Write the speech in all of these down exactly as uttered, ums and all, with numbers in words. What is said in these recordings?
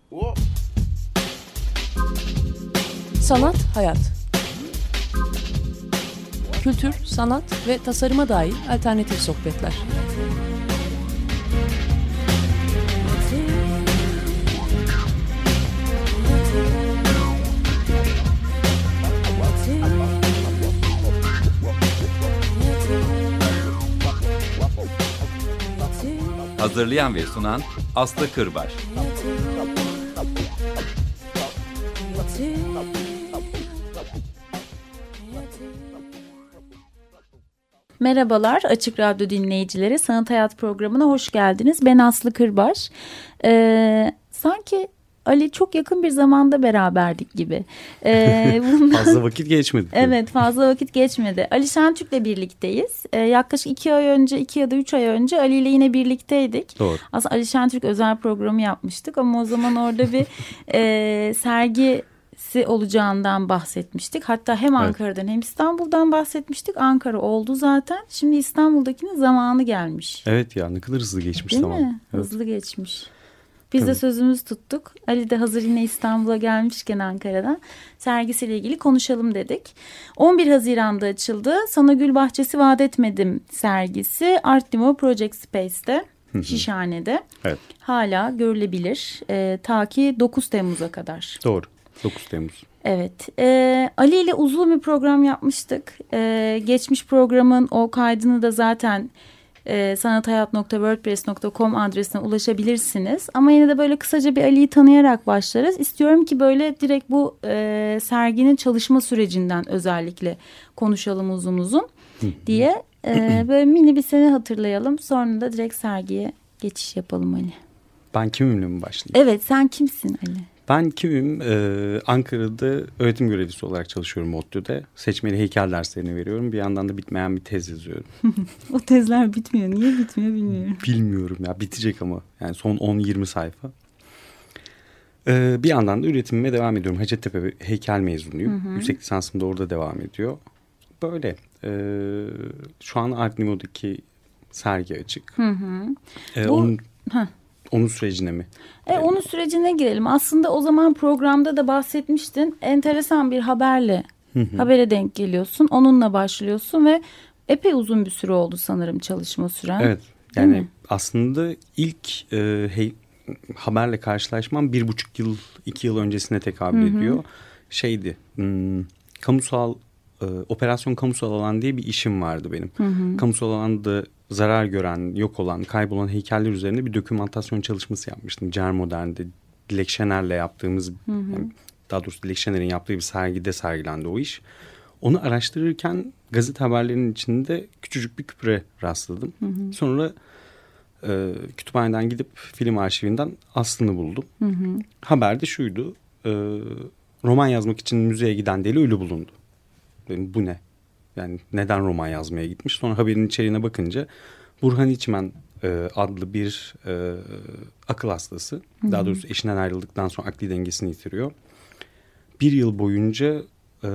Sanat, hayat. Kültür, sanat ve tasarıma dair alternatif sohbetler. Hazırlayan ve sunan Aslı Kırbaş. Merhabalar Açık Radyo dinleyicileri, Sanat Hayat programına hoş geldiniz. Ben Aslı Kırbaş. Ee, sanki Ali çok yakın bir zamanda beraberdik gibi. Ee, bundan... fazla vakit geçmedi. Evet, fazla vakit geçmedi. Ali Şentürk'le birlikteyiz. Ee, yaklaşık iki ay önce, iki ya da üç ay önce Ali ile yine birlikteydik. Doğru. Aslında Ali Şentürk özel programı yapmıştık ama o zaman orada bir e, sergi olacağından bahsetmiştik. Hatta hem Ankara'dan evet. hem İstanbul'dan bahsetmiştik. Ankara oldu zaten. Şimdi İstanbul'dakinin zamanı gelmiş. Evet ya, ne kadar hızlı geçmiş Değil zaman. Değil mi? Evet. Hızlı geçmiş. Biz Tabii. de sözümüzü tuttuk. Ali de hazır yine İstanbul'a gelmişken Ankara'dan sergisiyle ilgili konuşalım dedik. on bir Haziran'da açıldı. Sana Gül Bahçesi Vaat Etmedim sergisi Art Nouveau Project Space'te. Şişhane'de. Evet. Hala görülebilir. E, ta ki dokuz Temmuz'a kadar. Doğru. dokuz Temmuz. Evet. E, Ali ile uzun bir program yapmıştık. E, geçmiş programın o kaydını da zaten e, sanathayat nokta wordpress nokta com adresine ulaşabilirsiniz. Ama yine de böyle kısaca bir Ali'yi tanıyarak başlarız. İstiyorum ki böyle direkt bu e, serginin çalışma sürecinden özellikle konuşalım uzun uzun diye. E, böyle mini bir seni hatırlayalım. Sonra da direkt sergiye geçiş yapalım Ali. Ben kimimle mi başlayayım? Evet, sen kimsin Ali? Ben kimim? Ee, Ankara'da öğretim görevlisi olarak çalışıyorum ODTÜ'de. Seçmeli heykel derslerini veriyorum. Bir yandan da bitmeyen bir tez yazıyorum. O tezler bitmiyor. Niye bitmiyor bilmiyorum. Bilmiyorum ya. Bitecek ama. Yani son on yirmi sayfa. Ee, bir yandan da üretimime devam ediyorum. Hacettepe heykel mezunuyum. Hı hı. Yüksek lisansım da orada devam ediyor. Böyle. Ee, şu an Art Nouveau'daki sergi açık. Hı hı. Ee, Bu... onun... Heh. Onun sürecine mi? E, onun sürecine girelim. Aslında o zaman programda da bahsetmiştin. Enteresan bir haberle, hı hı. habere denk geliyorsun. Onunla başlıyorsun ve epey uzun bir süre oldu sanırım çalışma süren. Evet. Yani aslında ilk e, hey, haberle karşılaşmam bir buçuk yıl, iki yıl öncesine tekabül hı hı. ediyor. Şeydi, hmm, kamusal, e, operasyon kamusal alan diye bir işim vardı benim. Hı hı. Kamusal alanda zarar gören, yok olan, kaybolan heykeller üzerine bir dokümantasyon çalışması yapmıştım. Cer Modern'de Dilek Şener'le yaptığımız, hı hı. Yani daha doğrusu Dilek Şener'in yaptığı bir sergide sergilendi o iş. Onu araştırırken gazete haberlerinin içinde küçücük bir küpüre rastladım. Hı hı. Sonra e, kütüphaneden gidip film arşivinden aslını buldum. Hı hı. Haber de şuydu, e, roman yazmak için müzeye giden deli ölü bulundu. Dedim, bu ne? Yani neden roman yazmaya gitmiş? Sonra haberin içeriğine bakınca Burhan İçmen e, adlı bir e, akıl hastası. Hı-hı. Daha doğrusu eşinden ayrıldıktan sonra akli dengesini yitiriyor. Bir yıl boyunca e,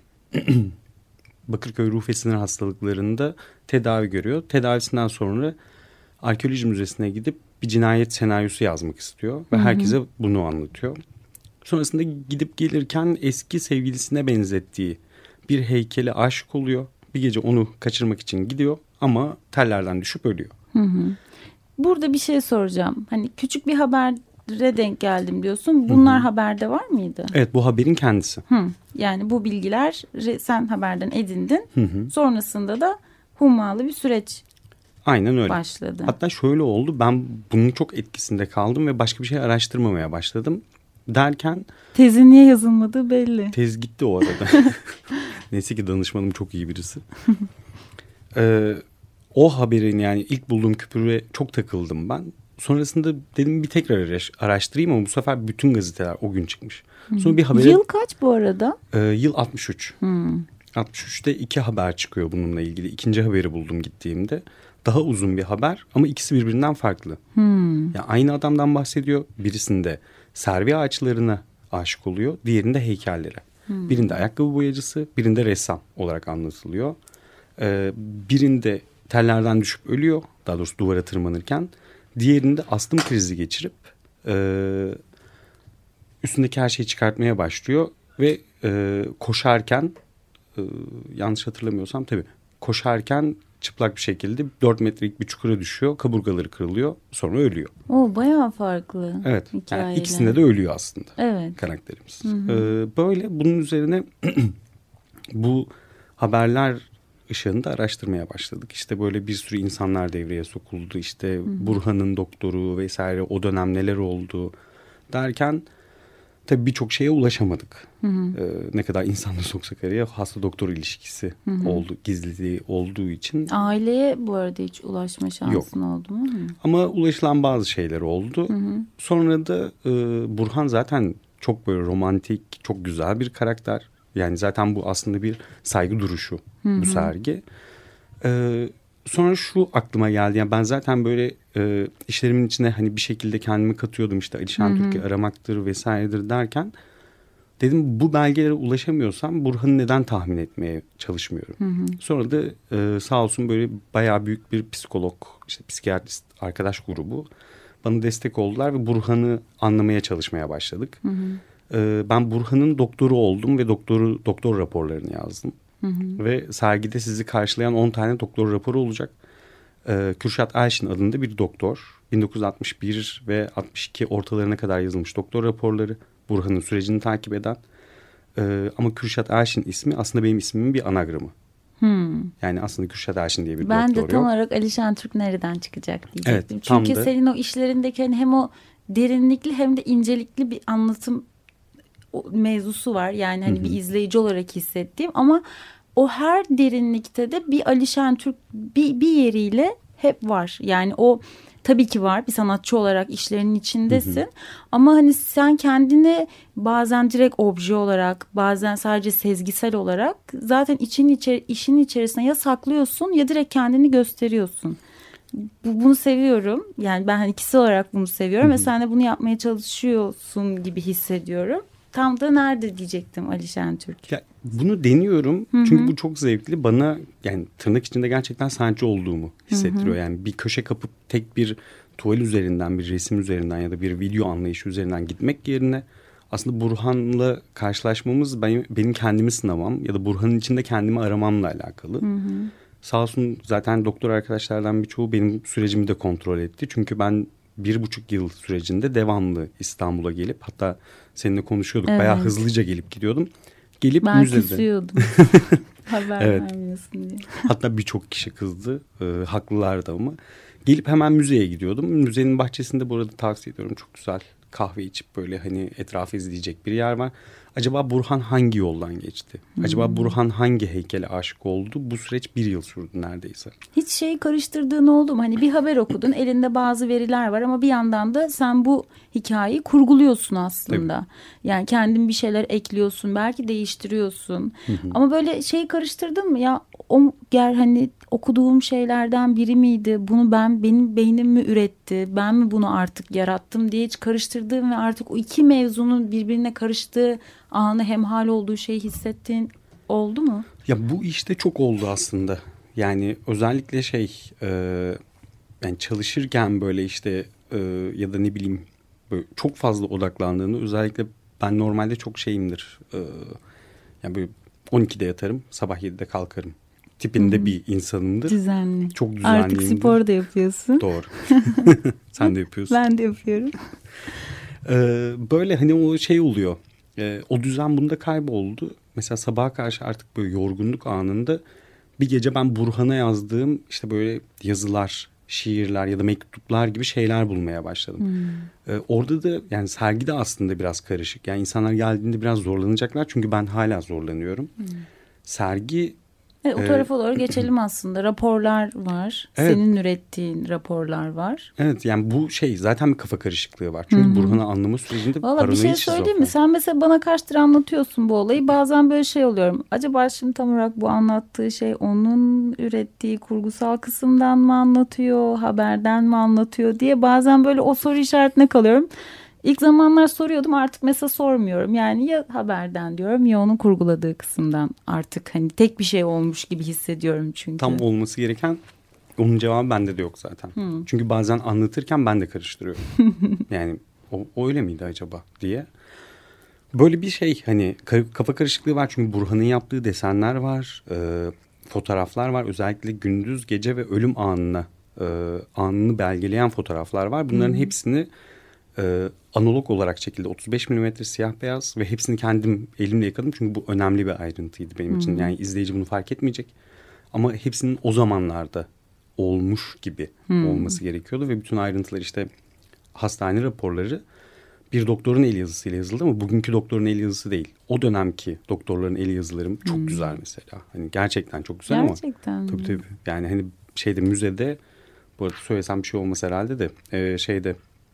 Bakırköy Ruh ve Sinir hastalıklarında tedavi görüyor. Tedavisinden sonra Arkeoloji Müzesi'ne gidip bir cinayet senaryosu yazmak istiyor. Ve Hı-hı. herkese bunu anlatıyor. Sonrasında gidip gelirken eski sevgilisine benzettiği bir heykele aşık oluyor. Bir gece onu kaçırmak için gidiyor ama tellerden düşüp ölüyor. Hı hı. Burada bir şey soracağım. Hani küçük bir habere denk geldim diyorsun. Bunlar hı hı. haberde var mıydı? Evet, bu haberin kendisi. Hı. Yani bu bilgiler sen haberden edindin. Hı hı. Sonrasında da hummalı bir süreç Aynen öyle. başladı. Hatta şöyle oldu. Ben bunun çok etkisinde kaldım ve başka bir şey araştırmamaya başladım. Derken... Tezin niye yazılmadığı belli. Tez gitti o arada. Neyse ki danışmanım çok iyi birisi. ee, o haberin, yani ilk bulduğum küpüre çok takıldım ben. Sonrasında dedim bir tekrar araştırayım ama bu sefer bütün gazeteler o gün çıkmış. Sonra bir habere... Yıl kaç bu arada? Ee, yıl altmış üç. Hmm. altmış üçte iki haber çıkıyor bununla ilgili. İkinci haberi buldum gittiğimde. Daha uzun bir haber ama ikisi birbirinden farklı. Hmm. Yani aynı adamdan bahsediyor. Birisinde servi ağaçlarına aşık oluyor. Diğerinde heykellere. Hmm. Birinde ayakkabı boyacısı, birinde ressam olarak anlatılıyor. Ee, birinde tellerden düşüp ölüyor. Daha doğrusu duvara tırmanırken. Diğerinde astım krizi geçirip e, üstündeki her şeyi çıkartmaya başlıyor ve e, koşarken e, yanlış hatırlamıyorsam tabii koşarken çıplak bir şekilde dört metrelik bir çukura düşüyor. Kaburgaları kırılıyor. Sonra ölüyor. O bayağı farklı. Evet. Yani ikisinde de ölüyor aslında. Evet. Karakterimiz. Hı hı. Ee, böyle bunun üzerine bu haberler ışığında araştırmaya başladık. İşte böyle bir sürü insanlar devreye sokuldu. İşte hı hı. Burhan'ın doktoru vesaire, o dönem neler oldu derken tabii birçok şeye ulaşamadık. Hı hı. Ee, ne kadar insanla soksak araya hasta doktor ilişkisi hı hı. oldu, gizliliği olduğu için. Aileye bu arada hiç ulaşma şansın Yok. oldu mu? Hı. Ama ulaşılan bazı şeyler oldu. Hı hı. Sonra da e, Burhan zaten çok böyle romantik, çok güzel bir karakter. Yani zaten bu aslında bir saygı duruşu, hı hı. bu sergi. Ee, sonra şu aklıma geldi. Yani ben zaten böyle e, işlerimin içine hani bir şekilde kendimi katıyordum. İşte Ali Şentürk'ü aramaktır vesairedir derken dedim bu belgelere ulaşamıyorsam Burhan'ı neden tahmin etmeye çalışmıyorum. Hı hı. Sonra da e, sağ olsun böyle bayağı büyük bir psikolog, işte psikiyatrist arkadaş grubu bana destek oldular ve Burhan'ı anlamaya çalışmaya başladık. Hı hı. E, ben Burhan'ın doktoru oldum ve doktoru doktor raporlarını yazdım. Hı hı. Ve sergide sizi karşılayan on tane doktor raporu olacak. Ee, Kürşat Elşin adında bir doktor. bin dokuz yüz altmış bir ve altmış iki ortalarına kadar yazılmış doktor raporları. Burhan'ın sürecini takip eden. Ee, ama Kürşat Elşin ismi aslında benim ismimin bir anagramı. Hmm. Yani aslında Kürşat Elşin diye bir ben doktor yok. Ben de tam yok. olarak Ali Şentürk nereden çıkacak diyecektim. Evet, çünkü da... senin o işlerindeki hani hem o derinlikli hem de incelikli bir anlatım mevzusu var. Yani hani Hı-hı. bir izleyici olarak hissettiğim ama o her derinlikte de bir Ali Şentürk bir, bir yeriyle hep var. Yani o tabii ki var, bir sanatçı olarak işlerinin içindesin. Hı hı. Ama hani sen kendini bazen direkt obje olarak, bazen sadece sezgisel olarak zaten için içeri, işin içerisine ya saklıyorsun ya direkt kendini gösteriyorsun. Bu, bunu seviyorum. Yani ben hani ikisi olarak bunu seviyorum. Hı hı. Ve sen de bunu yapmaya çalışıyorsun gibi hissediyorum. Tam da nerede diyecektim Ali Şentürk. Ya, bunu deniyorum. Hı hı. Çünkü bu çok zevkli. Bana yani tırnak içinde gerçekten sanatçı olduğumu hissettiriyor. Hı hı. Yani bir köşe kapıp tek bir tuval üzerinden, bir resim üzerinden ya da bir video anlayışı üzerinden gitmek yerine aslında Burhan'la karşılaşmamız benim, benim kendimi sınamam ya da Burhan'ın içinde kendimi aramamla alakalı. Hı hı. Sağ olsun zaten doktor arkadaşlardan birçoğu benim sürecimi de kontrol etti. Çünkü ben bir buçuk yıl sürecinde devamlı İstanbul'a gelip hatta seninle konuşuyorduk. Evet. Bayağı hızlıca gelip gidiyordum. Gelip ben müzede. Ben küsüyordum. Haber evet. vermiyorsun diye. Hatta birçok kişi kızdı. E, haklılardı ama. Gelip hemen müzeye gidiyordum. Müzenin bahçesinde bu arada tavsiye ediyorum. Çok güzel kahve içip böyle hani etrafı izleyecek bir yer var. Acaba Burhan hangi yoldan geçti? Hmm. Acaba Burhan hangi heykele aşık oldu? Bu süreç bir yıl sürdü neredeyse. Hiç şeyi karıştırdığın oldu mu? Hani bir haber okudun, elinde bazı veriler var ama bir yandan da sen bu hikayeyi kurguluyorsun aslında. Tabii. Yani kendin bir şeyler ekliyorsun, belki değiştiriyorsun. Hı hı. Ama böyle şeyi karıştırdın mı? Ya o ger hani okuduğum şeylerden biri miydi? Bunu ben benim beynim mi üretti? Ben mi bunu artık yarattım diye hiç karıştırdığım ve artık o iki mevzunun birbirine karıştığı anı hemhal olduğu şeyi hissettiğin oldu mu? Ya bu işte çok oldu aslında. Yani özellikle şey e, yani çalışırken böyle işte e, ya da ne bileyim böyle çok fazla odaklandığını özellikle ben normalde çok şeyimdir. E, yani böyle on ikide yatarım, sabah yedide kalkarım tipinde Hı-hı. bir insanımdır. Düzenli. Çok düzenliyimdir. Artık spor da yapıyorsun. Doğru. Sen de yapıyorsun. Ben de yapıyorum. Ee, böyle hani o şey oluyor. Ee, o düzen bunda kayboldu. Mesela sabaha karşı artık böyle yorgunluk anında bir gece ben Burhan'a yazdığım işte böyle yazılar, şiirler ya da mektuplar gibi şeyler bulmaya başladım. Hmm. Ee, orada da yani sergi de aslında biraz karışık. Yani insanlar geldiğinde biraz zorlanacaklar çünkü ben hala zorlanıyorum. Hmm. Sergi Evet, o tarafa doğru geçelim aslında. Raporlar var. Evet. Senin ürettiğin raporlar var. Evet, yani bu şey zaten bir kafa karışıklığı var. Çünkü Burhan'ı anlama sürecinde Valla bir şey söyleyeyim mi? Sen mesela bana kaçtır anlatıyorsun bu olayı. Bazen böyle şey oluyorum. Acaba şimdi tam olarak bu anlattığı şey onun ürettiği kurgusal kısımdan mı anlatıyor? Haberden mi anlatıyor diye bazen böyle o soru işaretine kalıyorum. İlk zamanlar soruyordum, artık mesela sormuyorum. Yani ya haberden diyorum ya onun kurguladığı kısımdan, artık hani tek bir şey olmuş gibi hissediyorum çünkü. Tam olması gereken, onun cevabı bende de yok zaten. Hmm. Çünkü bazen anlatırken ben de karıştırıyorum. Yani o, o öyle miydi acaba diye. Böyle bir şey hani kafa karışıklığı var çünkü Burhan'ın yaptığı desenler var, e, fotoğraflar var. Özellikle gündüz, gece ve ölüm anına e, anını belgeleyen fotoğraflar var. Bunların hmm. hepsini e, analog olarak çekildi. otuz beş milimetre siyah beyaz ve hepsini kendim elimle yakaladım. Çünkü bu önemli bir ayrıntıydı benim hmm. için. Yani izleyici bunu fark etmeyecek. Ama hepsinin o zamanlarda olmuş gibi hmm. olması gerekiyordu ve bütün ayrıntılar işte hastane raporları bir doktorun el yazısıyla yazıldı ama bugünkü doktorun el yazısı değil. O dönemki doktorların el yazılarım çok hmm. güzel mesela. Hani gerçekten çok güzel gerçekten ama. Gerçekten. Tabii tabii. Yani hani şeyde müzede, bu arada söylesem bir şey olmaz herhalde de e, şeyde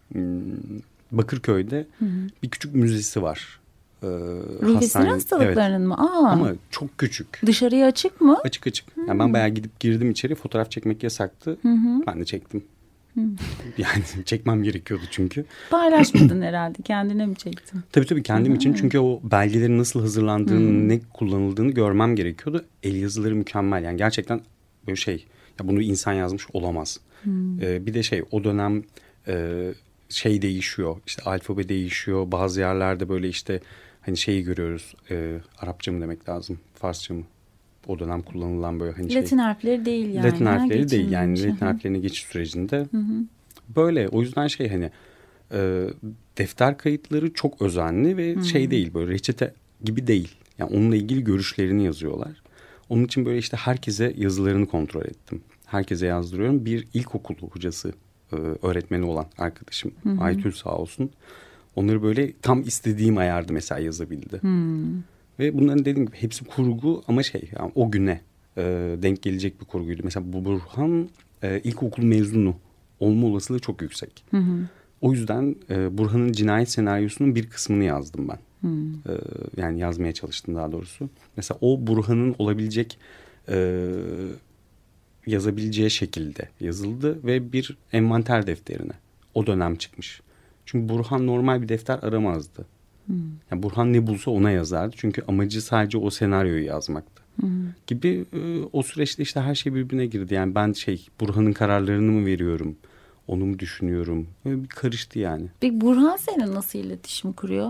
Bakırköy'de hmm. bir küçük müzesi var. Ee, Ruh ve sinir hastalıklarının evet. mı? Aa. Ama çok küçük. Dışarıya açık mı? Açık açık. Hmm. Yani ben bayağı gidip girdim içeri. Fotoğraf çekmek yasaktı. Hmm. Ben de çektim. Hmm. Yani çekmem gerekiyordu çünkü. Paylaşmadın herhalde. Kendine mi çektin? Tabii tabii kendim hmm. için. Çünkü o belgelerin nasıl hazırlandığını, hmm. ne kullanıldığını görmem gerekiyordu. El yazıları mükemmel. Yani gerçekten böyle şey. Ya bunu insan yazmış olamaz. Hmm. Ee, bir de şey o dönem e, şey değişiyor. İşte alfabe değişiyor. Bazı yerlerde böyle işte hani şeyi görüyoruz. E, Arapça mı demek lazım? Farsça mı? O dönem kullanılan böyle hani Latin şey. harfleri değil yani. Latin harfleri değil yani. Latin harflerine geçiş sürecinde. Hı hı. Böyle o yüzden şey hani e, defter kayıtları çok özenli ve hı. şey değil böyle reçete gibi değil. Yani onunla ilgili görüşlerini yazıyorlar. Onun için böyle işte herkese yazılarını kontrol ettim. Herkese yazdırıyorum. Bir ilkokul hocası e, öğretmeni olan arkadaşım hı hı. Aytül sağ olsun. Onları böyle tam istediğim ayarda mesela yazabildi. Hı. Ve bunların dediğim gibi hepsi kurgu ama şey yani o güne e, denk gelecek bir kurguydu. Mesela bu Burhan e, ilkokul mezunu olma olasılığı çok yüksek. Hı hı. O yüzden e, Burhan'ın cinayet senaryosunun bir kısmını yazdım ben. Hı. E, yani yazmaya çalıştım daha doğrusu. Mesela o Burhan'ın olabilecek e, yazabileceği şekilde yazıldı ve bir envanter defterine o dönem çıkmış. Çünkü Burhan normal bir defter aramazdı. Hmm. Yani Burhan ne bulsa ona yazardı. Çünkü amacı sadece o senaryoyu yazmaktı. Hmm. Gibi e, o süreçte işte her şey birbirine girdi. Yani ben şey Burhan'ın kararlarını mı veriyorum? Onu mu düşünüyorum? Böyle bir karıştı yani. Peki Burhan seninle nasıl iletişim kuruyor?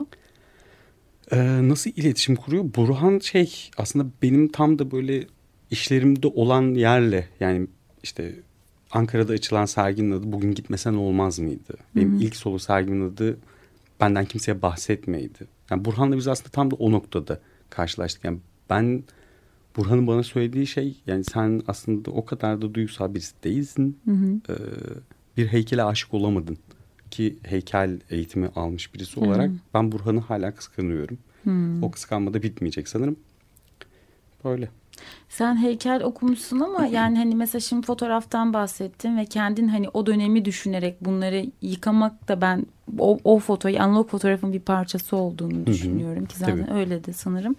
Ee, nasıl iletişim kuruyor? Burhan şey aslında benim tam da böyle işlerimde olan yerle yani işte Ankara'da açılan serginin adı Bugün Gitmesen Olmaz mıydı? Benim hmm. ilk solo sergimin adı Benden Kimseye Bahsetmeydi. Yani Burhan'la biz aslında tam da o noktada karşılaştık. Yani ben Burhan'ın bana söylediği şey yani sen aslında o kadar da duygusal birisi değilsin. Hı hı. Ee, bir heykele aşık olamadın. Ki heykel eğitimi almış birisi hı. olarak ben Burhan'ı hala kıskanıyorum. Hı. O kıskanma da bitmeyecek sanırım. Böyle. Sen heykel okumuşsun ama yani hani mesela şimdi fotoğraftan bahsettin ve kendin hani o dönemi düşünerek bunları yıkamak da ben o, o fotoğrafı analog fotoğrafın bir parçası olduğunu düşünüyorum ki zaten Tabii. öyle de sanırım.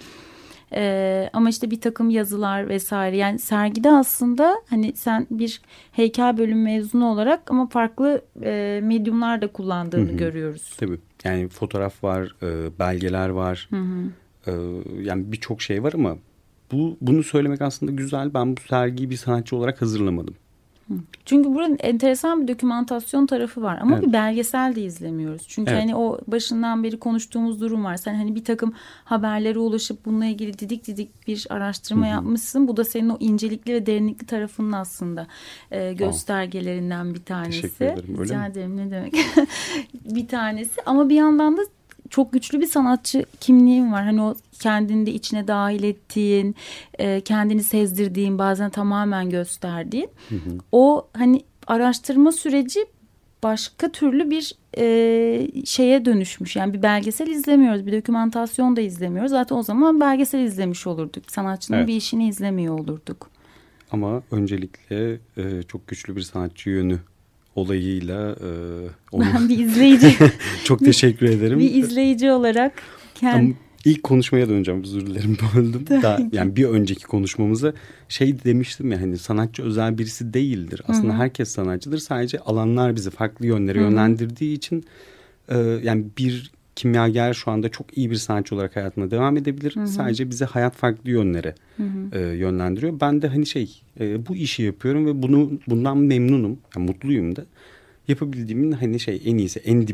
Ee, ama işte bir takım yazılar vesaire yani sergide aslında hani sen bir heykel bölümü mezunu olarak ama farklı e, medyumlar da kullandığını Hı-hı. görüyoruz. Tabii yani fotoğraf var, e, belgeler var, e, yani birçok şey var ama Bu, bunu söylemek aslında güzel. Ben bu sergiyi bir sanatçı olarak hazırlamadım. Çünkü buranın enteresan bir dokümantasyon tarafı var. Ama evet. bir belgesel de izlemiyoruz. Çünkü evet. hani o başından beri konuştuğumuz durum var. Sen hani bir takım haberlere ulaşıp bununla ilgili didik didik bir araştırma Hı-hı. yapmışsın. Bu da senin o incelikli ve derinlikli tarafının aslında e, göstergelerinden bir tanesi. Teşekkür ederim. Öyle Rica mi? ederim ne demek. bir tanesi ama bir yandan da çok güçlü bir sanatçı kimliğin var. Hani o kendini de içine dahil ettiğin, e, kendini sezdirdiğin, bazen tamamen gösterdiğin. Hı hı. O hani araştırma süreci başka türlü bir e, şeye dönüşmüş. Yani bir belgesel izlemiyoruz, bir dokümantasyon da izlemiyoruz. Zaten o zaman belgesel izlemiş olurduk. Sanatçının evet. bir işini izlemiyor olurduk. Ama öncelikle e, çok güçlü bir sanatçı yönü olayıyla e, onu... ben bir izleyici çok teşekkür ederim. Bir izleyici olarak kendim ilk konuşmaya döneceğim, özür dilerim böldüm. Daha, yani bir önceki konuşmamıza şey demiştim ya hani sanatçı özel birisi değildir. Aslında Hı-hı. herkes sanatçıdır. Sadece alanlar bizi farklı yönlere Hı-hı. yönlendirdiği için e, yani bir kimyager şu anda çok iyi bir sanatçı olarak hayatına devam edebilir. Hı-hı. Sadece bize hayat farklı yönlere e, yönlendiriyor. Ben de hani şey e, bu işi yapıyorum ve bunu bundan memnunum. Yani mutluyum da. Yapabildiğimin hani şey en iyisi en dibine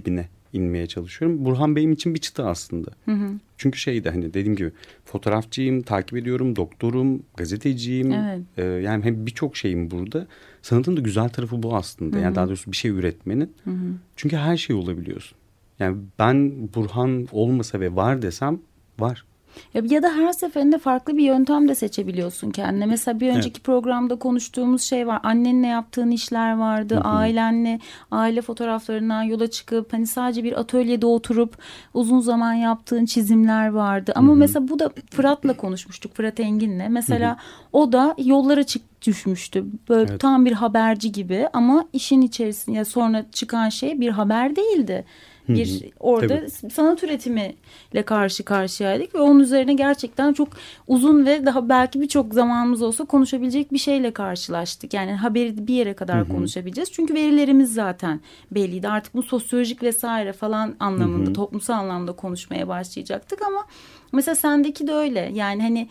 inmeye çalışıyorum. Burhan benim için bir çıta aslında. Hı hı. Çünkü şeyde hani dediğim gibi fotoğrafçıyım, takip ediyorum, doktorum, gazeteciyim. Evet. Ee, yani hem birçok şeyim burada. Sanatın da güzel tarafı bu aslında. Hı hı. Yani daha doğrusu bir şey üretmenin. Hı hı. Çünkü her şey olabiliyorsun. Yani ben Burhan olmasa ve var desem var. Ya, ya da her seferinde farklı bir yöntem de seçebiliyorsun kendine. Mesela bir önceki evet. programda konuştuğumuz şey var. Annenle yaptığın işler vardı. Hı hı. Ailenle, aile fotoğraflarından yola çıkıp hani sadece bir atölyede oturup uzun zaman yaptığın çizimler vardı. Ama hı hı. mesela bu da Fırat'la konuşmuştuk. Fırat Engin'le. Mesela hı hı. o da yollara çık düşmüştü. Böyle evet. tam bir haberci gibi ama işin içerisinde sonra çıkan şey bir haber değildi. Bir orada Tabii. sanat üretimiyle karşı karşıyaydık ve onun üzerine gerçekten çok uzun ve daha belki birçok zamanımız olsa konuşabilecek bir şeyle karşılaştık. Yani haberi bir yere kadar hı hı. konuşabileceğiz. Çünkü verilerimiz zaten belliydi. Artık bu sosyolojik vesaire falan anlamında, hı hı. toplumsal anlamda konuşmaya başlayacaktık ama mesela sendeki de öyle. Yani hani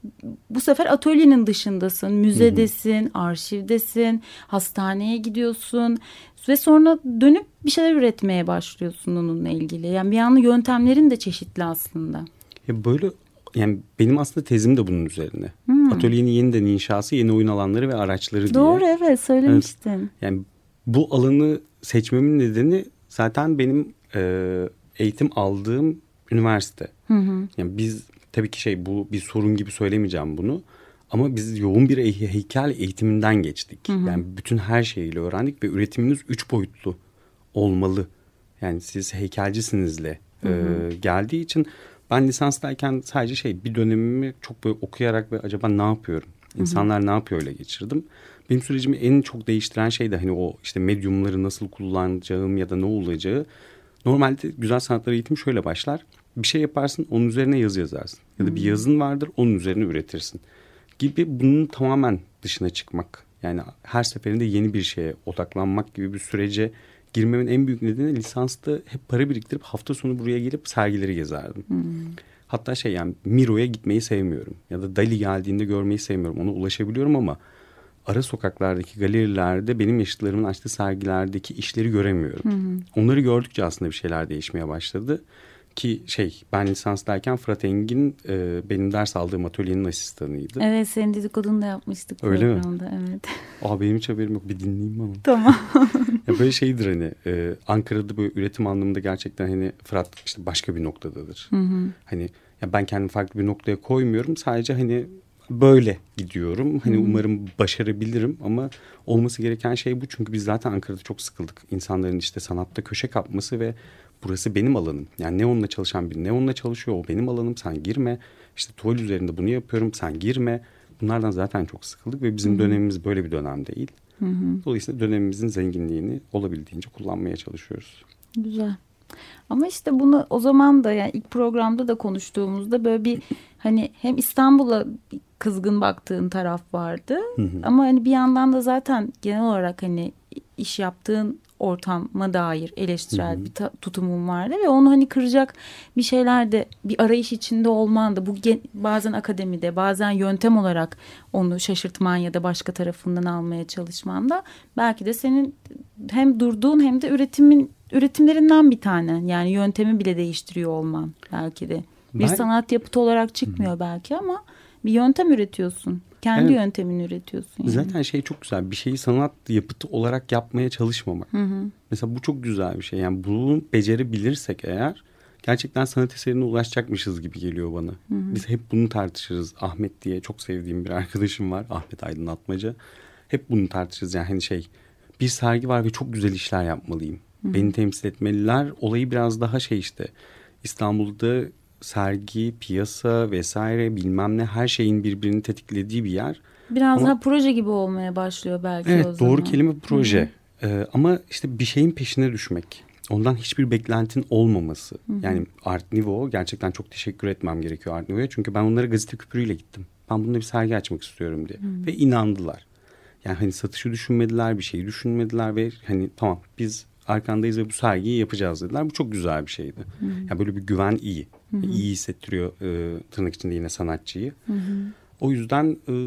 bu sefer atölyenin dışındasın, müzedesin, hı hı. arşivdesin, hastaneye gidiyorsun ve sonra dönüp bir şeyler üretmeye başlıyorsun onunla ilgili. Yani bir yandan yöntemlerin de çeşitli aslında. Ya böyle yani benim aslında tezim de bunun üzerine. Hmm. Atölyenin yeniden inşası, yeni oyun alanları ve araçları diye. Doğru evet söylemiştin. Evet. Yani bu alanı seçmemin nedeni zaten benim e, eğitim aldığım üniversite. Hı hı. Yani biz tabii ki şey bu bir sorun gibi söylemeyeceğim bunu. Ama biz yoğun bir heykel eğitiminden geçtik. Hı hı. Yani bütün her şeyiyle öğrendik ve üretiminiz üç boyutlu olmalı. Yani siz heykelcisinizle hı hı. E, geldiği için ben lisanstayken sadece şey bir dönemimi çok böyle okuyarak ve acaba ne yapıyorum? İnsanlar hı hı. ne yapıyor öyle geçirdim. Benim sürecimi en çok değiştiren şey de hani o işte medyumları nasıl kullanacağım ya da ne olacağı. Normalde güzel sanatlar eğitimi şöyle başlar. Bir şey yaparsın, onun üzerine yazı yazarsın. Ya da bir yazın vardır, onun üzerine üretirsin. Gibi bunun tamamen dışına çıkmak. Yani her seferinde yeni bir şeye odaklanmak gibi bir sürece girmemin en büyük nedeni lisansta hep para biriktirip hafta sonu buraya gelip sergileri gezerdim. Hmm. Hatta şey yani Miro'ya gitmeyi sevmiyorum. Ya da Dali geldiğinde görmeyi sevmiyorum. Ona ulaşabiliyorum ama ara sokaklardaki galerilerde benim yaşıtlarımın açtığı sergilerdeki işleri göremiyorum. Hmm. Onları gördükçe aslında bir şeyler değişmeye başladı. Ki şey ben lisanstayken Fırat Engin e, benim ders aldığım atölyenin asistanıydı. Evet senin dedikodunu da yapmıştık. Öyle programda. Mi? Evet. Aa, benim hiç haberim yok bir dinleyeyim ama. Tamam. Ya böyle şeydir hani e, Ankara'da böyle üretim anlamında gerçekten hani Fırat işte başka bir noktadadır. Hı hı. Hani ya ben kendimi farklı bir noktaya koymuyorum sadece hani böyle gidiyorum. Hani hı hı. umarım başarabilirim ama olması gereken şey bu çünkü biz zaten Ankara'da çok sıkıldık. İnsanların işte sanatta köşe kapması ve burası benim alanım. Yani neonla çalışan biri neonla çalışıyor. O benim alanım. Sen girme. İşte tuval üzerinde bunu yapıyorum. Sen girme. Bunlardan zaten çok sıkıldık ve bizim Hı-hı. dönemimiz böyle bir dönem değil. Hı-hı. Dolayısıyla dönemimizin zenginliğini olabildiğince kullanmaya çalışıyoruz. Güzel. Ama işte bunu o zaman da yani ilk programda da konuştuğumuzda böyle bir hani hem İstanbul'a kızgın baktığın taraf vardı. Hı-hı. Ama hani bir yandan da zaten genel olarak hani iş yaptığın ortama dair eleştirel hı hı. bir ta- tutumum vardı ve onu hani kıracak bir şeyler de bir arayış içinde olman da bu gen- bazen akademide bazen yöntem olarak onu şaşırtman ya da başka tarafından almaya çalışman da belki de senin hem durduğun hem de üretimin üretimlerinden bir tane yani yöntemi bile değiştiriyor olman belki de bir ben... sanat yapıtı olarak çıkmıyor hı hı. belki ama bir yöntem üretiyorsun. Kendi evet. yöntemini üretiyorsun. Yani. Zaten şey çok güzel. Bir şeyi sanat yapıtı olarak yapmaya çalışmamak. Hı hı. Mesela bu çok güzel bir şey. Yani bunu becerebilirsek eğer gerçekten sanat eserine ulaşacakmışız gibi geliyor bana. Hı hı. Biz hep bunu tartışırız. Ahmet diye çok sevdiğim bir arkadaşım var. Ahmet Aydınlatmaca. Hep bunu tartışırız. Yani hani şey bir sergi var ve çok güzel işler yapmalıyım. Hı hı. Beni temsil etmeliler. Olayı biraz daha şey işte İstanbul'da sergi, piyasa vesaire bilmem ne her şeyin birbirini tetiklediği bir yer. Biraz ama, daha proje gibi olmaya başlıyor belki evet, o zaman. Evet doğru kelime proje. Ee, ama işte bir şeyin peşine düşmek. Ondan hiçbir beklentin olmaması. Hı-hı. Yani Art Nouveau gerçekten çok teşekkür etmem gerekiyor Art Nouveau'ya. Çünkü ben onlara gazete küpürüyle gittim. Ben bununla bir sergi açmak istiyorum diye. Hı-hı. Ve inandılar. Yani hani satışı düşünmediler, bir şeyi düşünmediler ve hani tamam biz arkandayız ve bu sergiyi yapacağız dediler. Bu çok güzel bir şeydi. Hı-hı. Yani böyle bir güven iyi. Hı-hı. İyi hissettiriyor e, tırnak içinde yine sanatçıyı. Hı-hı. O yüzden e,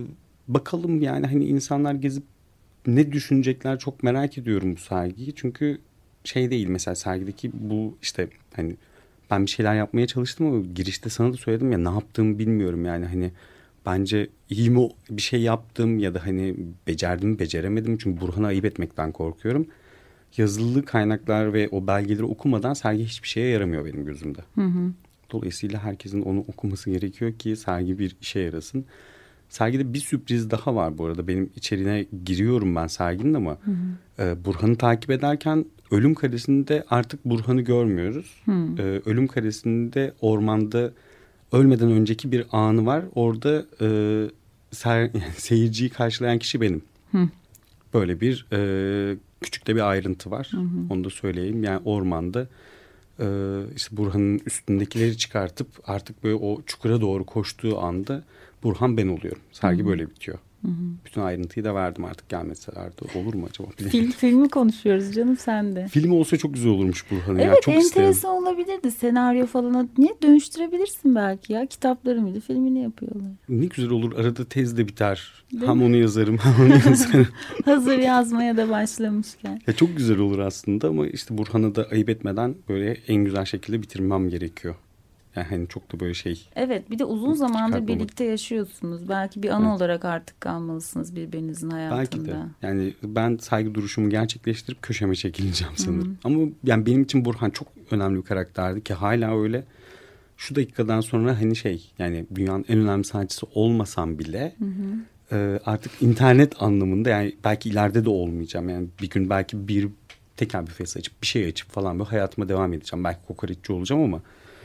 bakalım yani hani insanlar gezip ne düşünecekler çok merak ediyorum bu sergiyi. Çünkü şey değil mesela sergideki bu işte hani ben bir şeyler yapmaya çalıştım ama girişte sana da söyledim ya ne yaptığımı bilmiyorum yani hani bence iyi mi bir şey yaptım ya da hani becerdim mi beceremedim çünkü Burhan'ı ayıp etmekten korkuyorum. Yazılı kaynaklar ve o belgeleri okumadan sergi hiçbir şeye yaramıyor benim gözümde. Hı hı. Dolayısıyla herkesin onu okuması gerekiyor ki sergi bir işe yarasın. Sergide bir sürpriz daha var bu arada. Benim içeriğine giriyorum ben serginin ama hı hı. E, Burhan'ı takip ederken Ölüm Kalesi'nde artık Burhan'ı görmüyoruz. Hı. E, Ölüm Kalesi'nde ormanda ölmeden önceki bir anı var. Orada e, ser, yani seyirciyi karşılayan kişi benim. Hı. Böyle bir e, küçük de bir ayrıntı var. Hı hı. Onu da söyleyeyim. Yani ormanda e, işte Burhan'ın üstündekileri çıkartıp artık böyle o çukura doğru koştuğu anda Burhan ben oluyorum. Sergi hı hı. böyle bitiyor. Hı hı. Bütün ayrıntıyı da verdim artık gelmeselerdi. Olur mu acaba? Film, filmi konuşuyoruz canım sen de. Film olsa çok güzel olurmuş Burhan'ın. Evet ya, çok enteresan isterim. olabilirdi. Senaryo falan. Niye dönüştürebilirsin belki ya. Kitapları mıydı filmini yapıyorlar. Ne güzel olur. Arada tez de biter. Değil hem mi? onu yazarım hem onu yazarım. Hazır yazmaya da başlamışken. Ya çok güzel olur aslında ama işte Burhan'ı da ayıp etmeden böyle en güzel şekilde bitirmem gerekiyor. Yani hani çok da böyle şey. Evet bir de uzun zamandır çıkartmamak. birlikte yaşıyorsunuz. Belki bir anı evet. olarak artık kalmalısınız birbirinizin hayatında. Belki de. Yani ben saygı duruşumu gerçekleştirip köşeme çekileceğim sanırım. Hı-hı. Ama yani benim için Burhan çok önemli bir karakterdi ki hala öyle. Şu dakikadan sonra hani şey yani dünyanın en önemli sanatçısı olmasam bile e, artık internet anlamında yani belki ileride de olmayacağım. Yani bir gün belki bir tekrar bir face açıp bir şey açıp falan böyle hayatıma devam edeceğim. Belki kokoreççi olacağım ama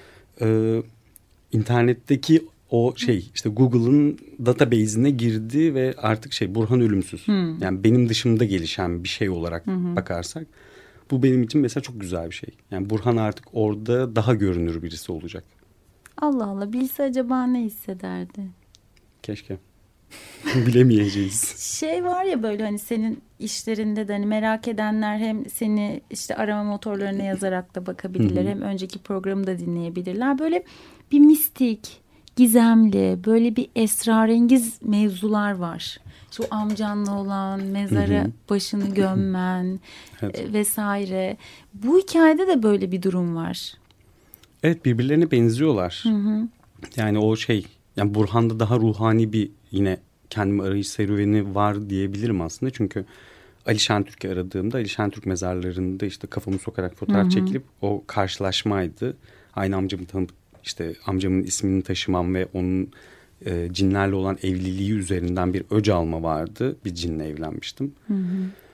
Ee, internetteki o şey işte Google'ın database'ine girdi ve artık şey Burhan ölümsüz. Hmm. Yani benim dışımda gelişen bir şey olarak hmm. bakarsak bu benim için mesela çok güzel bir şey. Yani Burhan artık orada daha görünür birisi olacak. Allah Allah bilse acaba ne hissederdi? Keşke. Bilemeyeceğiz. Şey var ya böyle hani senin işlerinde de hani merak edenler hem seni işte arama motorlarına yazarak da bakabilirler. Hem önceki programı da dinleyebilirler. Böyle bir mistik, gizemli, böyle bir esrarengiz mevzular var. Şu amcanla olan mezara başını gömmen evet. vesaire. Bu hikayede de böyle bir durum var. Evet birbirlerine benziyorlar. Hı hı. Yani o şey yani Burhan'da daha ruhani bir yine kendimi arayış serüveni var diyebilirim aslında. Çünkü Ali Şentürk'ü aradığımda Ali Şentürk mezarlarında işte kafamı sokarak fotoğraf hı hı. çekilip o karşılaşmaydı. Aynı amcamı tanıp işte amcamın ismini taşımam ve onun e, cinlerle olan evliliği üzerinden bir öc alma vardı. Bir cinle evlenmiştim. Hı hı.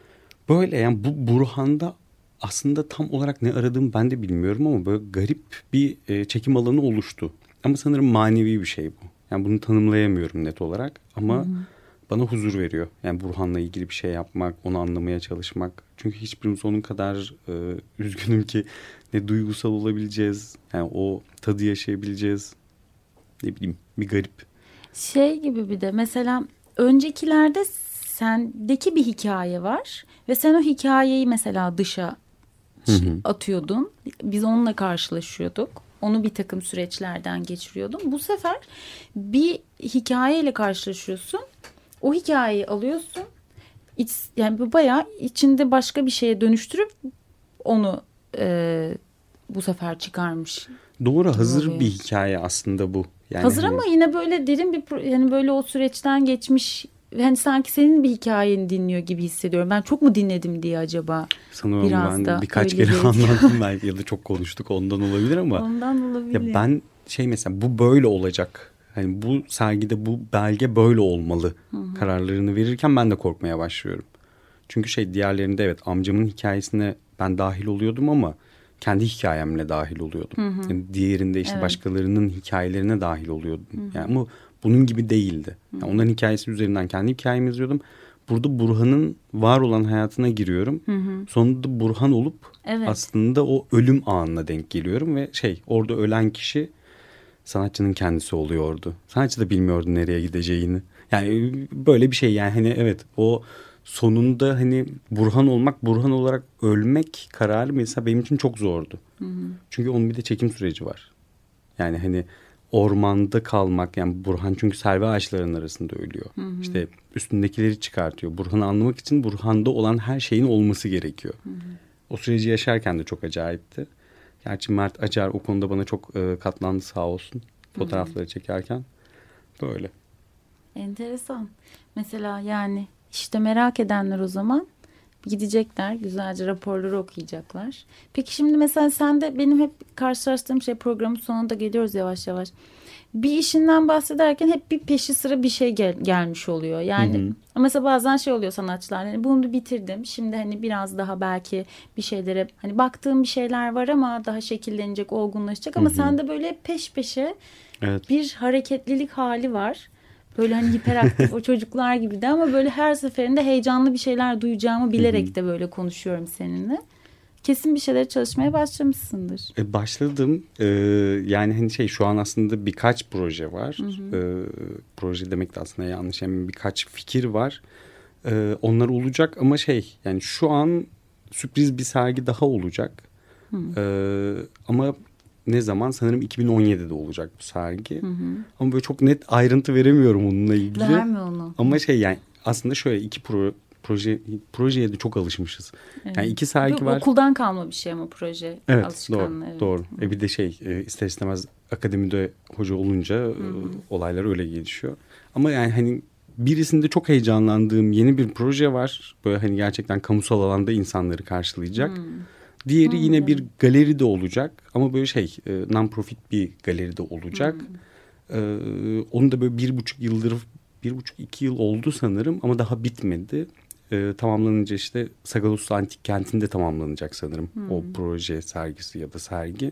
Böyle yani bu Burhan'da aslında tam olarak ne aradığımı ben de bilmiyorum ama böyle garip bir e, çekim alanı oluştu. Ama sanırım manevi bir şey bu. Yani bunu tanımlayamıyorum net olarak ama hı hı. bana huzur veriyor. Yani Burhan'la ilgili bir şey yapmak, onu anlamaya çalışmak. Çünkü hiçbirimiz onun kadar e, üzgünüm ki ne duygusal olabileceğiz. Yani o tadı yaşayabileceğiz. Ne bileyim bir garip. Şey gibi bir de mesela öncekilerde sendeki bir hikaye var. Ve sen o hikayeyi mesela dışa hı hı. atıyordun. Biz onunla karşılaşıyorduk. Onu bir takım süreçlerden geçiriyordum. Bu sefer bir hikayeyle karşılaşıyorsun. O hikayeyi alıyorsun. İç, yani bayağı içinde başka bir şeye dönüştürüp onu e, bu sefer çıkarmış. Doğru hazır oluyor. Bir hikaye aslında bu. Yani hazır hani... ama yine böyle derin bir yani böyle o süreçten geçmiş. Yani sanki senin bir hikayeni dinliyor gibi hissediyorum. Ben çok mu dinledim diye acaba? Sanıyorum biraz ben da birkaç kere anlattım belki ya da çok konuştuk ondan olabilir ama. Ondan olabilir. Ya ben şey mesela bu böyle olacak. Hani bu sergide bu belge böyle olmalı hı hı. kararlarını verirken ben de korkmaya başlıyorum. Çünkü şey diğerlerinde evet amcamın hikayesine ben dahil oluyordum ama kendi hikayemle dahil oluyordum. Hı hı. Yani diğerinde işte evet. başkalarının hikayelerine dahil oluyordum. Hı hı. Yani ama bunun gibi değildi. Yani onların hikayesi üzerinden kendi hikayemi yazıyordum. Burada Burhan'ın var olan hayatına giriyorum. Hı hı. Sonunda Burhan olup evet. aslında o ölüm anına denk geliyorum ve şey orada ölen kişi sanatçının kendisi oluyordu. Sanatçı da bilmiyordu nereye gideceğini. Yani böyle bir şey yani hani evet o sonunda hani Burhan olmak, Burhan olarak ölmek kararı mesela benim için çok zordu. Hı hı. Çünkü onun bir de çekim süreci var. Yani hani ormanda kalmak yani Burhan çünkü selvi ağaçlarının arasında ölüyor. Hı hı. İşte üstündekileri çıkartıyor. Burhan'ı anlamak için Burhan'da olan her şeyin olması gerekiyor. Hı hı. o süreci yaşarken de çok acayipti. Gerçi Mert Acar o konuda bana çok e, katlandı sağ olsun. Fotoğrafları Hı-hı. çekerken. Böyle. Enteresan. Mesela yani işte merak edenler o zaman gidecekler. Güzelce raporları okuyacaklar. Peki şimdi mesela sen de benim hep karşılaştığım şey, programın sonunda geliyoruz yavaş yavaş. Bir işinden bahsederken hep bir peşi sıra bir şey gel- gelmiş oluyor. Yani hı hı. Mesela bazen şey oluyor sanatçılar. Hani bunu bitirdim. Şimdi hani biraz daha belki bir şeylere hani baktığım bir şeyler var ama daha şekillenecek, olgunlaşacak. Ama hı hı. sende böyle peş peşe evet. bir hareketlilik hali var. Böyle hani hiperaktif o çocuklar gibi de ama böyle her seferinde heyecanlı bir şeyler duyacağımı bilerek hı hı. de böyle konuşuyorum seninle. Kesin bir şeyler çalışmaya başlamışsındır. E, başladım. E, yani hani şey şu an aslında birkaç proje var. Hı hı. E, proje demek de aslında yanlış. Yani birkaç fikir var. E, onlar olacak ama şey yani şu an sürpriz bir sergi daha olacak. E, ama ne zaman? Sanırım iki bin on yedide olacak bu sergi. Hı hı. Ama böyle çok net ayrıntı veremiyorum onunla ilgili. Verme onu. Ama şey yani aslında şöyle iki pro proje projeye de çok alışmışız. Evet. Yani iki sergi bu, var. Okuldan kalma bir şey ama proje evet, alışkanlığı. Doğru, evet doğru. E bir de şey ister istemez akademide hoca olunca hı hı. olaylar öyle gelişiyor. Ama yani hani birisinde çok heyecanlandığım yeni bir proje var. Böyle hani gerçekten kamusal alanda insanları karşılayacak. Hı. Diğeri hmm. yine bir galeride olacak ama böyle şey e, non-profit bir galeride olacak. Hmm. E, onu da böyle bir buçuk yıldır, bir buçuk iki yıl oldu sanırım ama daha bitmedi. E, tamamlanınca işte Sagalus'ta Antik Kenti'nde tamamlanacak sanırım hmm. o proje sergisi ya da sergi.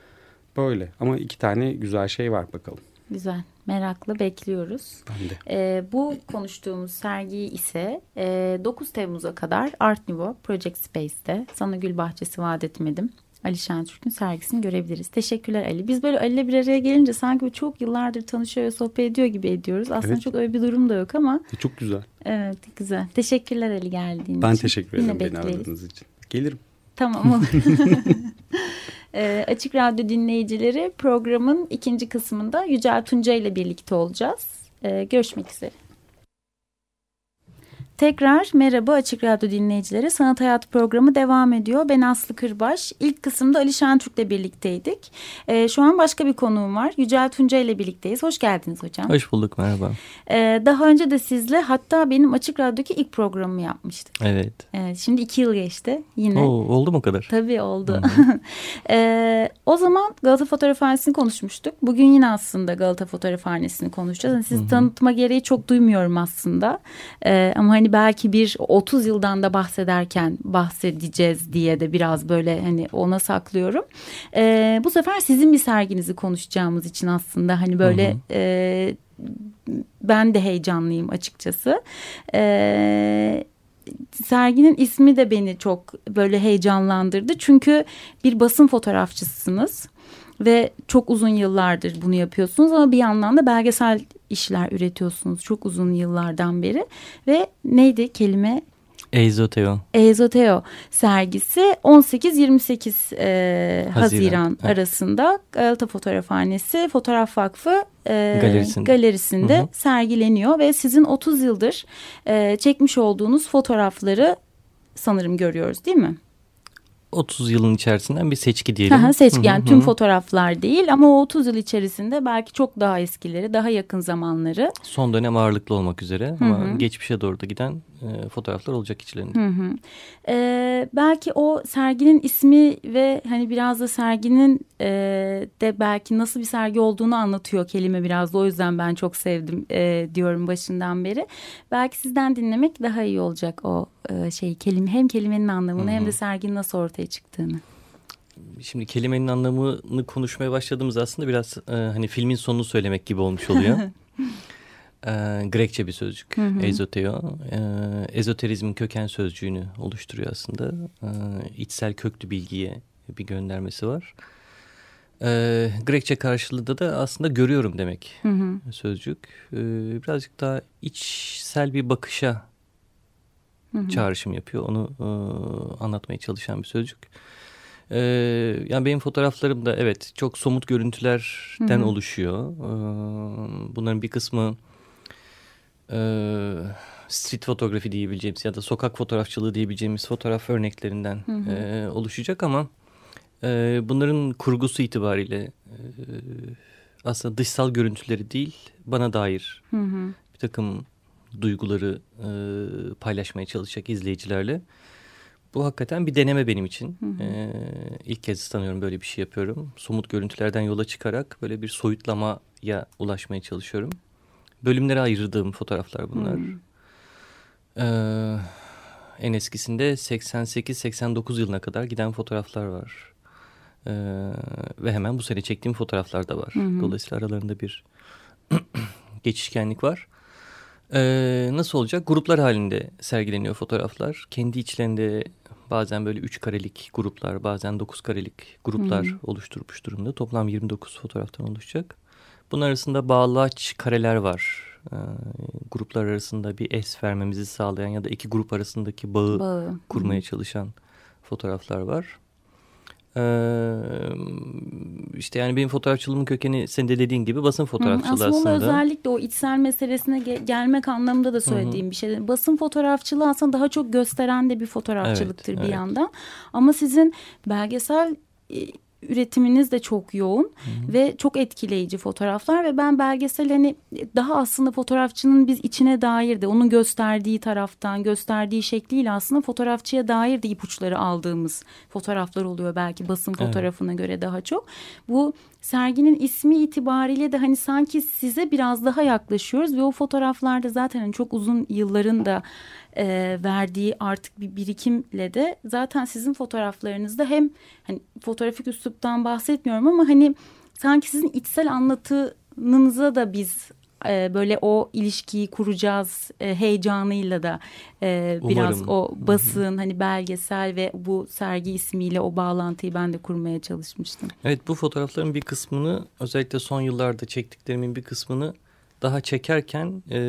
Böyle ama iki tane güzel şey var bakalım. Güzel. Merakla bekliyoruz. Ben de. Ee, bu konuştuğumuz sergiyi ise e, dokuz Temmuz'a kadar Art Nouveau Project Space'te Sana Gül Bahçesi Vaat Etmedim Ali Şentürk'ün sergisini görebiliriz. Teşekkürler Ali. Biz böyle Ali'yle bir araya gelince sanki çok yıllardır tanışıyor ve sohbet ediyor gibi ediyoruz. Aslında evet. çok öyle bir durum da yok ama. E, çok güzel. Evet güzel. Teşekkürler Ali geldiğin ben için. Ben teşekkür ederim beni aradığınız için. Gelirim. Tamam olur. E, Açık Radyo dinleyicileri programın ikinci kısmında Yücel Tunca ile birlikte olacağız. E, görüşmek üzere. Tekrar merhaba Açık Radyo dinleyicileri. Sanat Hayatı programı devam ediyor. Ben Aslı Kırbaş. İlk kısımda Ali Şentürk'le birlikteydik. Ee, şu an başka bir konuğum var. Yücel Tunca ile birlikteyiz. Hoş geldiniz hocam. Hoş bulduk, merhaba. Ee, daha önce de sizle hatta benim Açık Radyo'daki ilk programımı yapmıştık. Evet. Evet, şimdi iki yıl geçti yine. Oo, oldu mu o kadar? Tabii oldu. ee, o zaman Galata Fotoğrafhanesi'ni konuşmuştuk. Bugün yine aslında Galata Fotoğrafhanesi'ni konuşacağız. Yani sizi tanıtma gereği çok duymuyorum aslında. Ee, ama hani belki bir otuz yıldan da bahsederken bahsedeceğiz diye de biraz böyle hani ona saklıyorum. Ee, bu sefer sizin bir serginizi konuşacağımız için aslında hani böyle hı hı. E, ben de heyecanlıyım açıkçası. Ee, serginin ismi de beni çok böyle heyecanlandırdı. Çünkü bir basın fotoğrafçısınız. Ve çok uzun yıllardır bunu yapıyorsunuz ama bir yandan da belgesel işler üretiyorsunuz çok uzun yıllardan beri. Ve neydi kelime? Eizoteo. Eizoteo sergisi on sekiz yirmi sekiz e, Haziran, Haziran evet. arasında Galata Fotoğrafhanesi Fotoğraf Vakfı e, galerisinde, galerisinde hı hı. sergileniyor. Ve sizin otuz yıldır e, çekmiş olduğunuz fotoğrafları sanırım görüyoruz değil mi? otuz yılın içerisinden bir seçki diyelim. Aha, seçki yani tüm fotoğraflar değil ama o otuz yıl içerisinde belki çok daha eskileri, daha yakın zamanları. Son dönem ağırlıklı olmak üzere hı-hı. ama geçmişe doğru da giden e, fotoğraflar olacak içlerinde. Ee, belki o serginin ismi ve hani biraz da serginin e, de belki nasıl bir sergi olduğunu anlatıyor kelime biraz da o yüzden ben çok sevdim e, diyorum başından beri. Belki sizden dinlemek daha iyi olacak o e, şey kelime hem kelimenin anlamını Hı-hı. hem de serginin nasıl ortaya çıktığını. Şimdi kelimenin anlamını konuşmaya başladığımız aslında biraz e, hani filmin sonunu söylemek gibi olmuş oluyor. e, Grekçe bir sözcük. Eizoteo. E, ezoterizmin köken sözcüğünü oluşturuyor aslında. E, içsel köklü bilgiye bir göndermesi var. E, Grekçe karşılığı da aslında görüyorum demek hı hı. sözcük. E, birazcık daha içsel bir bakışa hı hı. çağrışım yapıyor. Onu e, anlatmaya çalışan bir sözcük. Ee, yani benim fotoğraflarım da evet çok somut görüntülerden hı hı. oluşuyor. Ee, bunların bir kısmı e, street fotoğrafı diyebileceğimiz ya da sokak fotoğrafçılığı diyebileceğimiz fotoğraf örneklerinden hı hı. E, oluşacak ama e, bunların kurgusu itibariyle e, aslında dışsal görüntüleri değil, bana dair hı hı. bir takım duyguları e, paylaşmaya çalışacak izleyicilerle. Bu hakikaten bir deneme benim için. Hı hı. E, ilk kez sanıyorum böyle bir şey yapıyorum. Somut görüntülerden yola çıkarak böyle bir soyutlamaya ulaşmaya çalışıyorum. Bölümlere ayırdığım fotoğraflar bunlar. Hı hı. E, en eskisinde seksen sekiz seksen dokuz yılına kadar giden fotoğraflar var. E, ve hemen bu sene çektiğim fotoğraflar da var. Hı hı. Dolayısıyla aralarında bir geçişkenlik var. Ee, nasıl olacak? Gruplar halinde sergileniyor fotoğraflar. Kendi içlerinde bazen böyle üç karelik gruplar, bazen dokuz karelik gruplar hmm. oluşturmuş durumda. Toplam yirmi dokuz fotoğraftan oluşacak. Bunun arasında bağlaç kareler var. Ee, gruplar arasında bir es vermemizi sağlayan ya da iki grup arasındaki bağı, bağı. kurmaya hmm. çalışan fotoğraflar var. Ee, işte yani benim fotoğrafçılığımın kökeni senin de dediğin gibi basın fotoğrafçılığı aslında. Aslında özellikle o içsel meselesine ge- gelmek anlamında da söylediğim Hı-hı. bir şey. Basın fotoğrafçılığı aslında daha çok gösteren de bir fotoğrafçılıktır evet, bir evet. yandan. Ama sizin belgesel üretiminiz de çok yoğun Hı-hı. ve çok etkileyici fotoğraflar ve ben belgesel hani daha aslında fotoğrafçının biz içine dair de onun gösterdiği taraftan gösterdiği şekliyle aslında fotoğrafçıya dair de ipuçları aldığımız fotoğraflar oluyor belki basın fotoğrafına evet. göre daha çok. Bu serginin ismi itibariyle de hani sanki size biraz daha yaklaşıyoruz ve o fotoğraflarda zaten hani çok uzun yılların da e, verdiği artık bir birikimle de zaten sizin fotoğraflarınızda hem hani fotoğrafik üsluptan bahsetmiyorum ama hani sanki sizin içsel anlatınıza da biz e, böyle o ilişkiyi kuracağız e, heyecanıyla da e, biraz Umarım. o basın Hı-hı. hani belgesel ve bu sergi ismiyle o bağlantıyı ben de kurmaya çalışmıştım. Evet, bu fotoğrafların bir kısmını özellikle son yıllarda çektiklerimin bir kısmını daha çekerken e,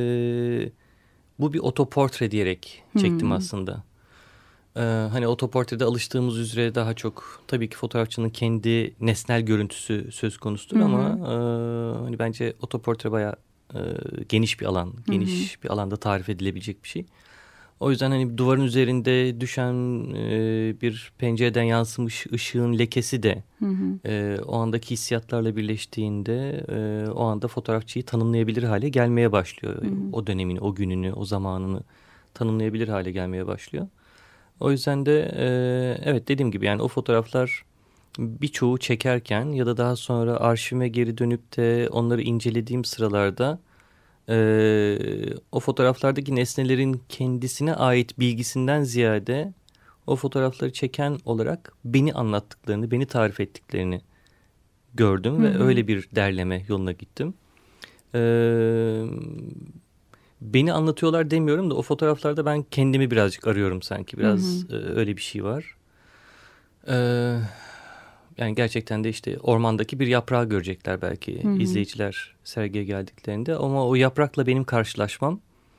bu bir otoportre diyerek çektim hmm. aslında. Ee, hani otoportrede alıştığımız üzere daha çok tabii ki fotoğrafçının kendi nesnel görüntüsü söz konusudur hmm. ama e, hani bence otoportre bayağı e, geniş bir alan, geniş hmm. bir alanda tarif edilebilecek bir şey. O yüzden hani duvarın üzerinde düşen e, bir pencereden yansımış ışığın lekesi de hı hı. E, o andaki hissiyatlarla birleştiğinde e, o anda fotoğrafçıyı tanımlayabilir hale gelmeye başlıyor. Hı hı. O dönemini, o gününü, o zamanını tanımlayabilir hale gelmeye başlıyor. O yüzden de e, evet dediğim gibi yani o fotoğraflar birçoğu çekerken ya da daha sonra arşivime geri dönüp de onları incelediğim sıralarda Ee, o fotoğraflardaki nesnelerin kendisine ait bilgisinden ziyade o fotoğrafları çeken olarak beni anlattıklarını, beni tarif ettiklerini gördüm. Hı hı. Ve öyle bir derleme yoluna gittim. Ee, beni anlatıyorlar demiyorum da o fotoğraflarda ben kendimi birazcık arıyorum sanki. Biraz hı hı. öyle bir şey var. Ee, Yani gerçekten de işte ormandaki bir yaprağı görecekler belki hı hı. izleyiciler sergiye geldiklerinde. Ama o yaprakla benim karşılaşmam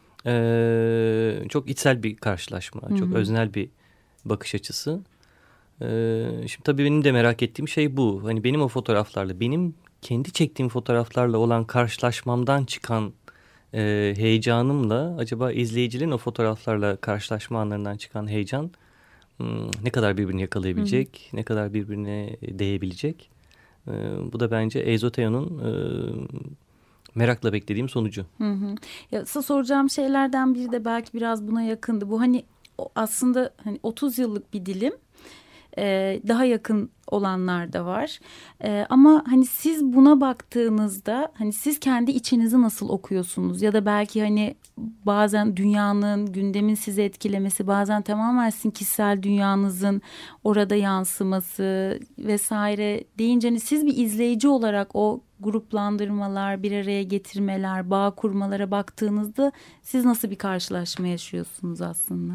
e, çok içsel bir karşılaşma. Hı hı. Çok öznel bir bakış açısı. E, şimdi tabii benim de merak ettiğim şey bu. Hani benim o fotoğraflarla, benim kendi çektiğim fotoğraflarla olan karşılaşmamdan çıkan e, heyecanımla acaba izleyicilerin o fotoğraflarla karşılaşma anlarından çıkan heyecan Hmm, ne kadar birbirini yakalayabilecek, Hı-hı. ne kadar birbirine değebilecek. Ee, bu da bence Eizoteo'nun e, merakla beklediğim sonucu. Hı hı. Ya, soracağım şeylerden biri de belki biraz buna yakındı. Bu hani aslında hani otuz yıllık bir dilim. Ee, daha yakın olanlar da var. Ee, ama hani siz buna baktığınızda hani siz kendi içinizi nasıl okuyorsunuz? Ya da belki hani bazen dünyanın, gündemin sizi etkilemesi, bazen tamamen sizin kişisel dünyanızın orada yansıması vesaire deyince hani siz bir izleyici olarak o gruplandırmalar, bir araya getirmeler, bağ kurmalara baktığınızda siz nasıl bir karşılaşma yaşıyorsunuz aslında?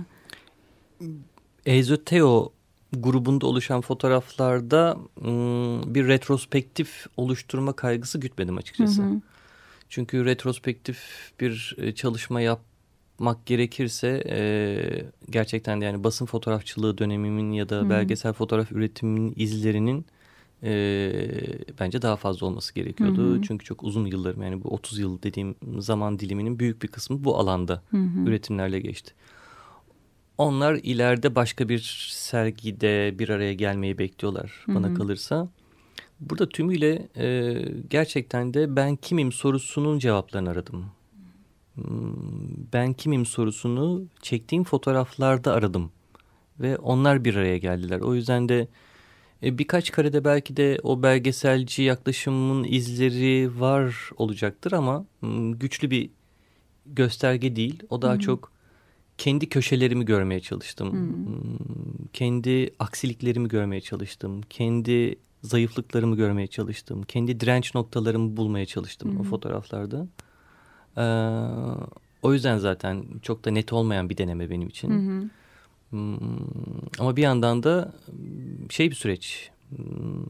Eizoteo grubunda oluşan fotoğraflarda ım, bir retrospektif oluşturma kaygısı gütmedim açıkçası. Hı hı. Çünkü retrospektif bir çalışma yapmak gerekirse e, gerçekten de yani basın fotoğrafçılığı dönemimin ya da hı hı. belgesel fotoğraf üretimimin izlerinin e, bence daha fazla olması gerekiyordu. Hı hı. Çünkü çok uzun yıllarım, yani bu otuz yıl dediğim zaman diliminin büyük bir kısmı bu alanda Hı hı. üretimlerle geçti. Onlar ileride başka bir sergide bir araya gelmeyi bekliyorlar bana Hı hı. kalırsa. Burada tümüyle e, gerçekten de ben kimim sorusunun cevaplarını aradım. Ben kimim sorusunu çektiğim fotoğraflarda aradım. Ve onlar bir araya geldiler. O yüzden de e, birkaç karede belki de o belgeselci yaklaşımın izleri var olacaktır ama m, güçlü bir gösterge değil. O daha Hı hı. çok kendi köşelerimi görmeye çalıştım. Hı. M, Kendi aksiliklerimi görmeye çalıştım. Kendi zayıflıklarımı görmeye çalıştım. Kendi direnç noktalarımı bulmaya çalıştım Hı. o fotoğraflarda. Ee, o yüzden zaten çok da net olmayan bir deneme benim için. Hı hı. Hmm, ama bir yandan da şey bir süreç, hmm,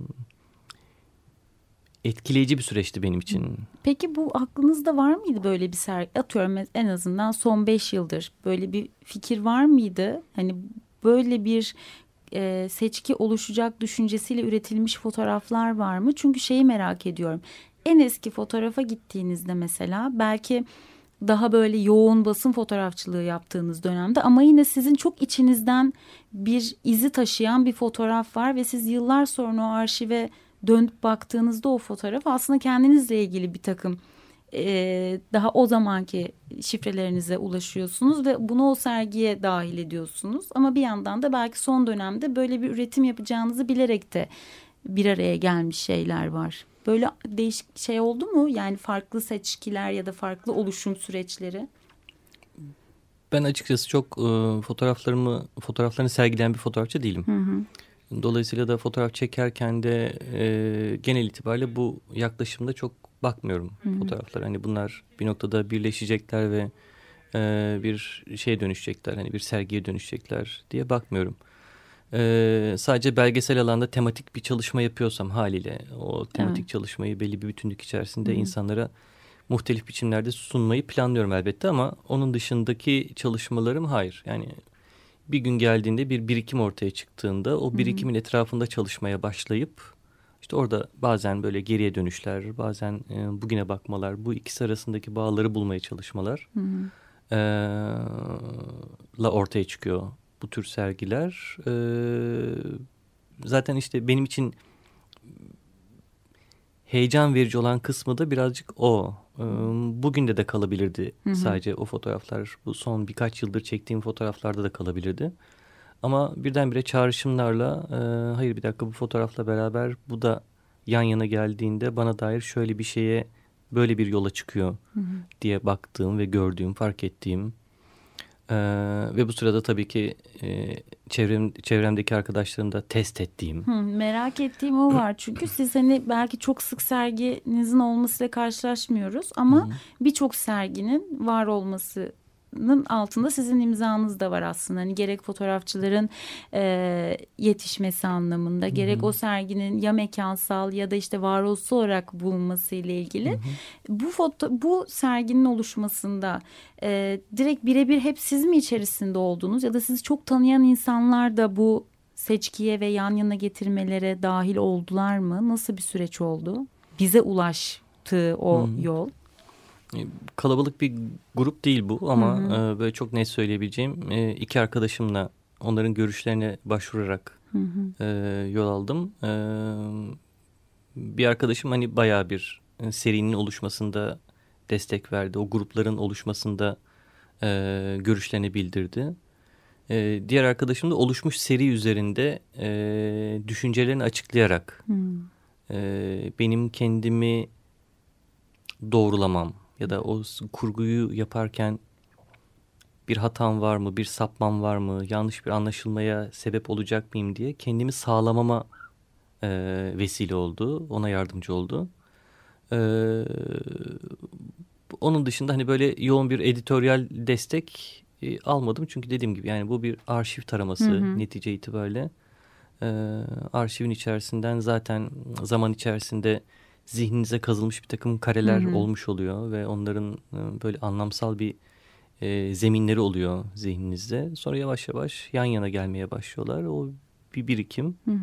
etkileyici bir süreçti benim için. Peki bu aklınızda var mıydı böyle bir sergi? Atıyorum en azından son beş yıldır böyle bir fikir var mıydı? Hani böyle bir e, seçki oluşacak düşüncesiyle üretilmiş fotoğraflar var mı? Çünkü şeyi merak ediyorum. En eski fotoğrafa gittiğinizde mesela belki daha böyle yoğun basın fotoğrafçılığı yaptığınız dönemde ama yine sizin çok içinizden bir izi taşıyan bir fotoğraf var ve siz yıllar sonra o arşive dönüp baktığınızda o fotoğraf aslında kendinizle ilgili bir takım e, daha o zamanki şifrelerinize ulaşıyorsunuz ve bunu o sergiye dahil ediyorsunuz. Ama bir yandan da belki son dönemde böyle bir üretim yapacağınızı bilerek de bir araya gelmiş şeyler var. Böyle değişik şey oldu mu? Yani farklı seçkiler ya da farklı oluşum süreçleri? Ben açıkçası çok e, fotoğraflarımı fotoğraflarını sergileyen bir fotoğrafçı değilim. Hı hı. Dolayısıyla da fotoğraf çekerken de e, genel itibariyle bu yaklaşımda çok bakmıyorum Hı hı. fotoğraflara. Hani bunlar bir noktada birleşecekler ve e, bir şeye dönüşecekler, hani bir sergiye dönüşecekler diye bakmıyorum. E, sadece belgesel alanda tematik bir çalışma yapıyorsam haliyle o tematik Evet. çalışmayı belli bir bütünlük içerisinde Hı hı. insanlara muhtelif biçimlerde sunmayı planlıyorum elbette ama onun dışındaki çalışmalarım hayır. Yani bir gün geldiğinde bir birikim ortaya çıktığında o birikimin etrafında çalışmaya başlayıp işte orada bazen böyle geriye dönüşler, bazen e, bugüne bakmalar, bu ikisi arasındaki bağları bulmaya çalışmalar Hı hı. e, la ortaya çıkıyor bu tür sergiler. E, zaten işte benim için heyecan verici olan kısmı da birazcık o. E, bugün de de kalabilirdi Hı hı. sadece o fotoğraflar. Bu son birkaç yıldır çektiğim fotoğraflarda da kalabilirdi. Ama birdenbire çağrışımlarla e, hayır bir dakika bu fotoğrafla beraber bu da yan yana geldiğinde bana dair şöyle bir şeye böyle bir yola çıkıyor Hı hı. diye baktığım ve gördüğüm, fark ettiğim e, ve bu sırada tabii ki e, çevrem, çevremdeki arkadaşlarım da test ettiğim. Hı, merak ettiğim o var çünkü siz hani belki çok sık serginizin olmasıyla karşılaşmıyoruz ama birçok serginin var olması altında sizin imzanız da var aslında. Hani gerek fotoğrafçıların e, yetişmesi anlamında, Hı-hı. gerek o serginin ya mekansal ya da işte varoluşsal olarak bulunması ile ilgili. Hı-hı. Bu foto, bu serginin oluşmasında e, direkt birebir hep siz mi içerisinde oldunuz ya da sizi çok tanıyan insanlar da bu seçkiye ve yan yana getirmelere dahil oldular mı? Nasıl bir süreç oldu? Bize ulaştığı o Hı-hı. yol. Kalabalık bir grup değil bu ama hı hı. böyle çok net söyleyebileceğim iki arkadaşımla onların görüşlerine başvurarak hı hı. yol aldım. Bir arkadaşım hani bayağı bir serinin oluşmasında destek verdi. O grupların oluşmasında görüşlerini bildirdi. Diğer arkadaşım da oluşmuş seri üzerinde düşüncelerini açıklayarak hı. benim kendimi doğrulamam ya da o kurguyu yaparken bir hatam var mı, bir sapmam var mı, yanlış bir anlaşılmaya sebep olacak mıyım diye kendimi sağlamama e, vesile oldu, ona yardımcı oldu. E, onun dışında hani böyle yoğun bir editoryal destek e, almadım çünkü dediğim gibi yani bu bir arşiv taraması hı hı. netice itibariyle. E, arşivin içerisinden zaten zaman içerisinde zihninize kazılmış bir takım kareler hı hı. olmuş oluyor ve onların böyle anlamsal bir e, zeminleri oluyor zihninizde. Sonra yavaş yavaş yan yana gelmeye başlıyorlar. O bir birikim. Hı hı.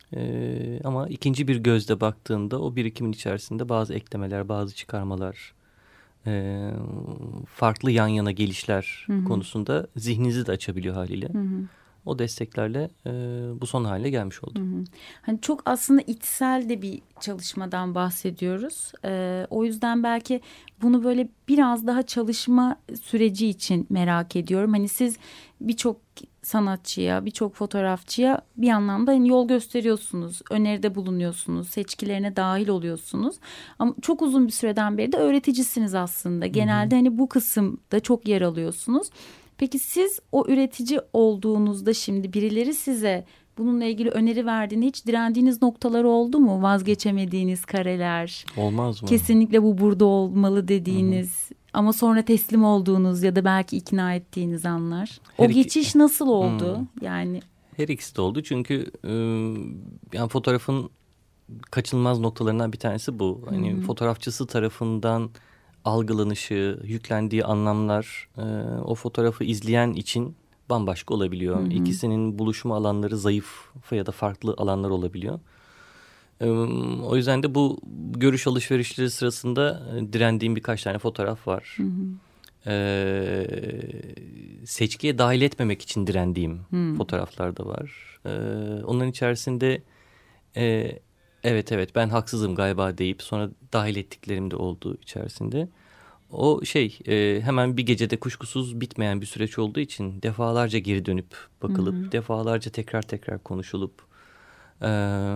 Ee, ama ikinci bir gözle baktığında o birikimin içerisinde bazı eklemeler, bazı çıkarmalar, e, farklı yan yana gelişler hı hı. konusunda zihninizi de açabiliyor haliyle. Hı hı. O desteklerle e, bu son hale gelmiş oldu. Hı hı. Hani çok aslında içsel de bir çalışmadan bahsediyoruz. Ee, o yüzden belki bunu böyle biraz daha çalışma süreci için merak ediyorum. Hani siz birçok sanatçıya, birçok fotoğrafçıya bir anlamda hani yol gösteriyorsunuz, öneride bulunuyorsunuz, seçkilerine dahil oluyorsunuz. Ama çok uzun bir süreden beri de öğreticisiniz aslında. Genelde hani bu kısımda çok yer alıyorsunuz. Peki siz o üretici olduğunuzda şimdi birileri size bununla ilgili öneri verdiğinde hiç direndiğiniz noktalar oldu mu? Vazgeçemediğiniz kareler. Olmaz mı? Kesinlikle bu burada olmalı dediğiniz, hı hı. ama sonra teslim olduğunuz ya da belki ikna ettiğiniz anlar. Her o geçiş iki... nasıl oldu? Hmm. Yani her ikisi de oldu çünkü e, yani fotoğrafın kaçınılmaz noktalarından bir tanesi bu. Hani hı-hı. fotoğrafçısı tarafından algılanışı, yüklendiği anlamlar e, o fotoğrafı izleyen için bambaşka olabiliyor. Hı hı. İkisinin buluşma alanları zayıf ya da farklı alanlar olabiliyor. E, o yüzden de bu görüş alışverişleri sırasında direndiğim birkaç tane fotoğraf var. Hı hı. E, seçkiye dahil etmemek için direndiğim hı. fotoğraflar da var. E, onların içerisinde e, evet evet ben haksızım galiba deyip sonra dahil ettiklerim de oldu içerisinde. O şey e, hemen bir gecede kuşkusuz bitmeyen bir süreç olduğu için defalarca geri dönüp bakılıp hı hı. defalarca tekrar tekrar konuşulup e,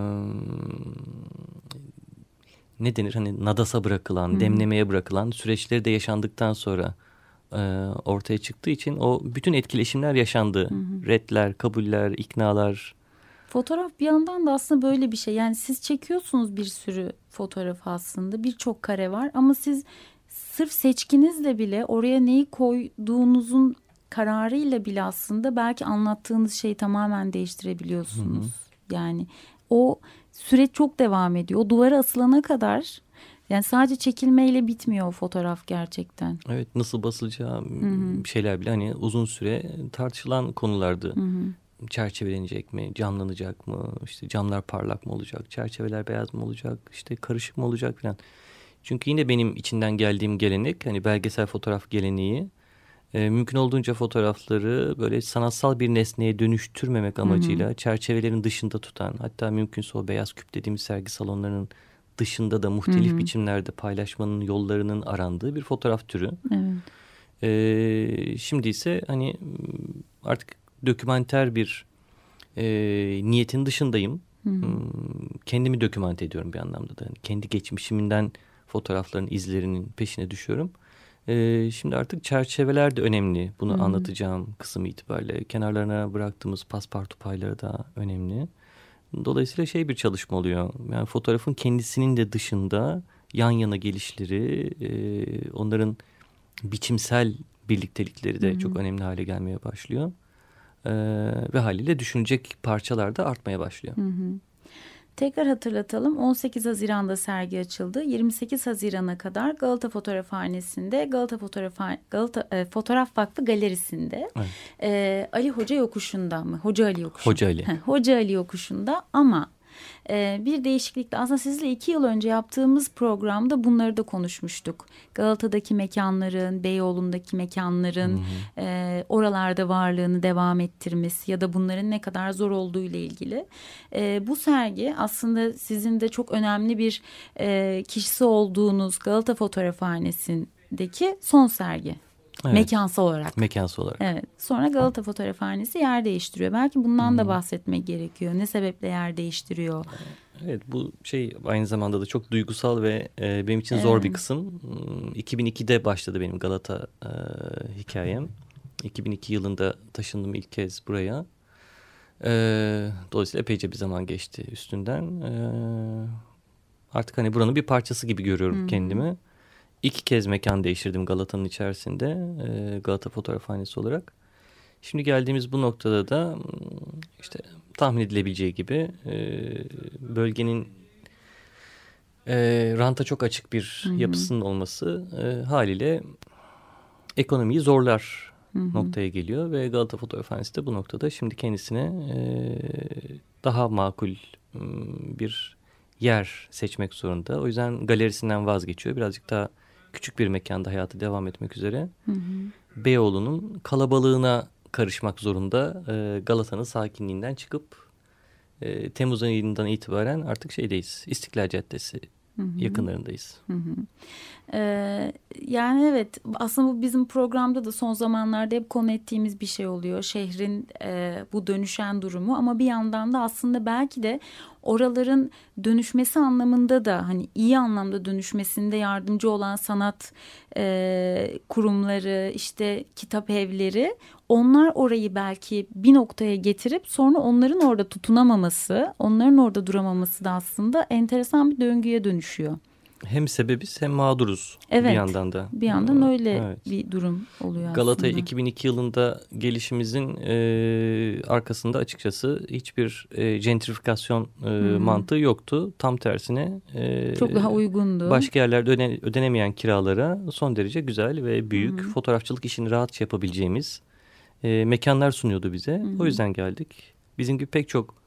ne denir hani nadasa bırakılan, hı hı. demlemeye bırakılan süreçleri de yaşandıktan sonra e, ortaya çıktığı için o bütün etkileşimler yaşandı. Hı hı. Redler, kabuller, iknalar. Fotoğraf bir yandan da aslında böyle bir şey. Yani siz çekiyorsunuz bir sürü fotoğraf aslında. Birçok kare var ama siz sırf seçkinizle bile oraya neyi koyduğunuzun kararıyla bile aslında belki anlattığınız şeyi tamamen değiştirebiliyorsunuz. Hı hı. Yani o süreç çok devam ediyor. O duvara asılana kadar yani sadece çekilmeyle bitmiyor o fotoğraf gerçekten. Evet, nasıl basılacağı hı-hı. şeyler bile hani uzun süre tartışılan konulardı. Hı-hı. Çerçevelenecek mi, camlanacak mı, işte camlar parlak mı olacak, çerçeveler beyaz mı olacak, işte karışık mı olacak falan. Çünkü yine benim içinden geldiğim gelenek, hani belgesel fotoğraf geleneği, e, mümkün olduğunca fotoğrafları böyle sanatsal bir nesneye dönüştürmemek amacıyla hı hı. çerçevelerin dışında tutan, hatta mümkünse o beyaz küp dediğimiz sergi salonlarının dışında da muhtelif hı hı. biçimlerde paylaşmanın yollarının arandığı bir fotoğraf türü. Evet. E, şimdi ise hani artık dokümenter bir e, niyetin dışındayım. Hı hı. Kendimi dokümante ediyorum bir anlamda da. Yani kendi geçmişimden fotoğrafların izlerinin peşine düşüyorum. E, şimdi artık çerçeveler de önemli. Bunu hı hı. anlatacağım kısım itibariyle. Kenarlarına bıraktığımız paspartu payları da önemli. Dolayısıyla şey bir çalışma oluyor. Yani fotoğrafın kendisinin de dışında yan yana gelişleri, e, onların biçimsel birliktelikleri de hı hı. çok önemli hale gelmeye başlıyor. Ee, ve haliyle düşünecek parçalar da artmaya başlıyor. Hı hı. Tekrar hatırlatalım. on sekiz Haziran'da sergi açıldı. yirmi sekiz Haziran'a kadar Galata Fotoğrafhanesi'nde, Galata Fotoğraf Galata e, Fotoğraf Vakfı Galerisi'nde, evet. e, Ali Hoca Yokuşu'nda mı? Hoca Ali Yokuşu'nda. Hoca Ali. Hoca Ali Yokuşu'nda ama Ee, bir değişiklikle aslında sizle iki yıl önce yaptığımız programda bunları da konuşmuştuk. Galata'daki mekanların, Beyoğlu'ndaki mekanların e, oralarda varlığını devam ettirmesi ya da bunların ne kadar zor olduğu ile ilgili. E, bu sergi aslında sizin de çok önemli bir e, kişisi olduğunuz Galata Fotoğrafhanesi'ndeki son sergi. Evet. Mekansal olarak. Mekansal olarak. Evet. Sonra Galata Fotoğrafhanesi yer değiştiriyor. Belki bundan hmm. da bahsetmek gerekiyor. Ne sebeple yer değiştiriyor? Evet, bu şey aynı zamanda da çok duygusal ve e, benim için evet. zor bir kısım. iki bin ikide başladı benim Galata e, hikayem. iki bin iki yılında taşındım ilk kez buraya. E, dolayısıyla epeyce bir zaman geçti üstünden. E, artık hani buranın bir parçası gibi görüyorum hmm. kendimi. İki kez mekan değiştirdim Galata'nın içerisinde, e, Galata Fotoğrafhanesi olarak. Şimdi geldiğimiz bu noktada da işte tahmin edilebileceği gibi e, bölgenin e, ranta çok açık bir hı hı. yapısının olması e, haliyle ekonomiyi zorlar hı hı. noktaya geliyor. Ve Galata Fotoğrafhanesi de bu noktada şimdi kendisine e, daha makul bir yer seçmek zorunda. O yüzden galerisinden vazgeçiyor. Birazcık daha küçük bir mekanda hayatı devam etmek üzere. Hı hı. Beyoğlu'nun kalabalığına karışmak zorunda. E, Galata'nın sakinliğinden çıkıp e, Temmuz ayından itibaren artık şeydeyiz. İstiklal Caddesi hı hı. yakınlarındayız. Hı hı. Ee, yani evet, aslında bu bizim programda da son zamanlarda hep konu ettiğimiz bir şey oluyor. Şehrin e, bu dönüşen durumu, ama bir yandan da aslında belki de oraların dönüşmesi anlamında da, hani iyi anlamda dönüşmesinde yardımcı olan sanat e, kurumları, işte kitap evleri, onlar orayı belki bir noktaya getirip sonra onların orada tutunamaması, onların orada duramaması da aslında enteresan bir döngüye dönüşüyor. Hem sebebiz hem mağduruz evet, bir yandan da. Bir yandan öyle evet. bir durum oluyor Galata aslında. iki bin iki yılında gelişimizin e, arkasında açıkçası hiçbir e, gentrifikasyon e, mantığı yoktu. Tam tersine e, çok daha uygundu. Başka yerlerde öden, ödenemeyen kiralara son derece güzel ve büyük Hı-hı. fotoğrafçılık işini rahatça yapabileceğimiz e, mekanlar sunuyordu bize. Hı-hı. O yüzden geldik. Bizim gibi pek çok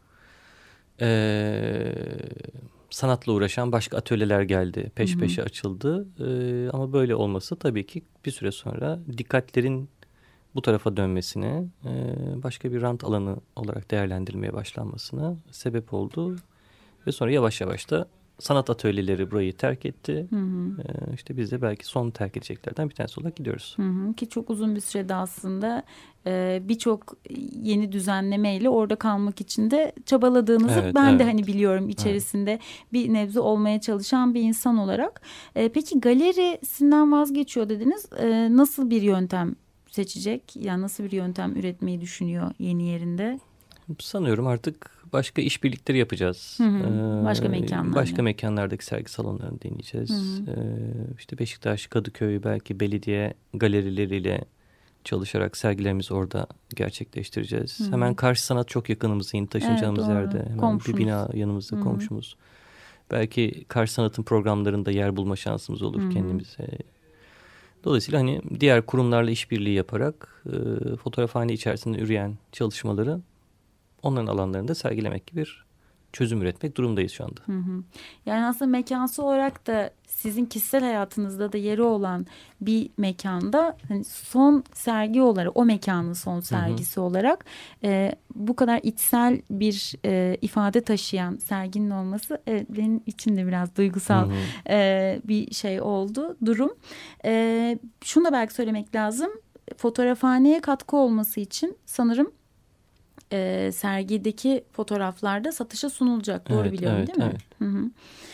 e, sanatla uğraşan başka atölyeler geldi. Peş Hı-hı. peşe açıldı. Ee, ama böyle olması tabii ki bir süre sonra dikkatlerin bu tarafa dönmesine, e, başka bir rant alanı olarak değerlendirilmeye başlanmasına sebep oldu. Ve sonra yavaş yavaş da sanat atölyeleri burayı terk etti. Hı hı. Ee, işte biz de belki son terk edeceklerden bir tanesi olarak gidiyoruz. Hı hı. Ki çok uzun bir sürede aslında e, birçok yeni düzenlemeyle orada kalmak için de çabaladığınızı evet, ben evet. de hani biliyorum içerisinde evet. bir nebze olmaya çalışan bir insan olarak. E, peki galerisinden vazgeçiyor dediniz. E, nasıl bir yöntem seçecek? Yani nasıl bir yöntem üretmeyi düşünüyor yeni yerinde? Sanıyorum artık başka işbirlikleri yapacağız. Hı hı. Başka mekanlarda. Başka mekanlardaki sergi salonlarını deneyeceğiz. Hı hı. Ee, işte Beşiktaş, Kadıköy, belki belediye galerileriyle çalışarak sergilerimizi orada gerçekleştireceğiz. Hı hı. Hemen karşı sanat çok yakınımız, yeni taşınacağımız evet, yerde. Hemen komşumuz. Bir bina yanımızda hı hı. komşumuz. Belki karşı sanatın programlarında yer bulma şansımız olur hı hı. kendimize. Dolayısıyla hani diğer kurumlarla işbirliği yaparak e, fotoğrafhane içerisinde üreyen çalışmaları onların alanlarında sergilemek gibi bir çözüm üretmek durumdayız şu anda. Hı hı. Yani aslında mekansı olarak da sizin kişisel hayatınızda da yeri olan bir mekanda hani son sergi olarak, o mekanın son sergisi hı hı. olarak e, bu kadar içsel bir e, ifade taşıyan serginin olması e, benim için de biraz duygusal hı hı. E, bir şey oldu, durum. E, şunu da belki söylemek lazım. Fotoğrafhaneye katkı olması için sanırım E, sergideki fotoğraflarda satışa sunulacak. Doğru evet, biliyorum evet, değil mi? Evet. Hı hı.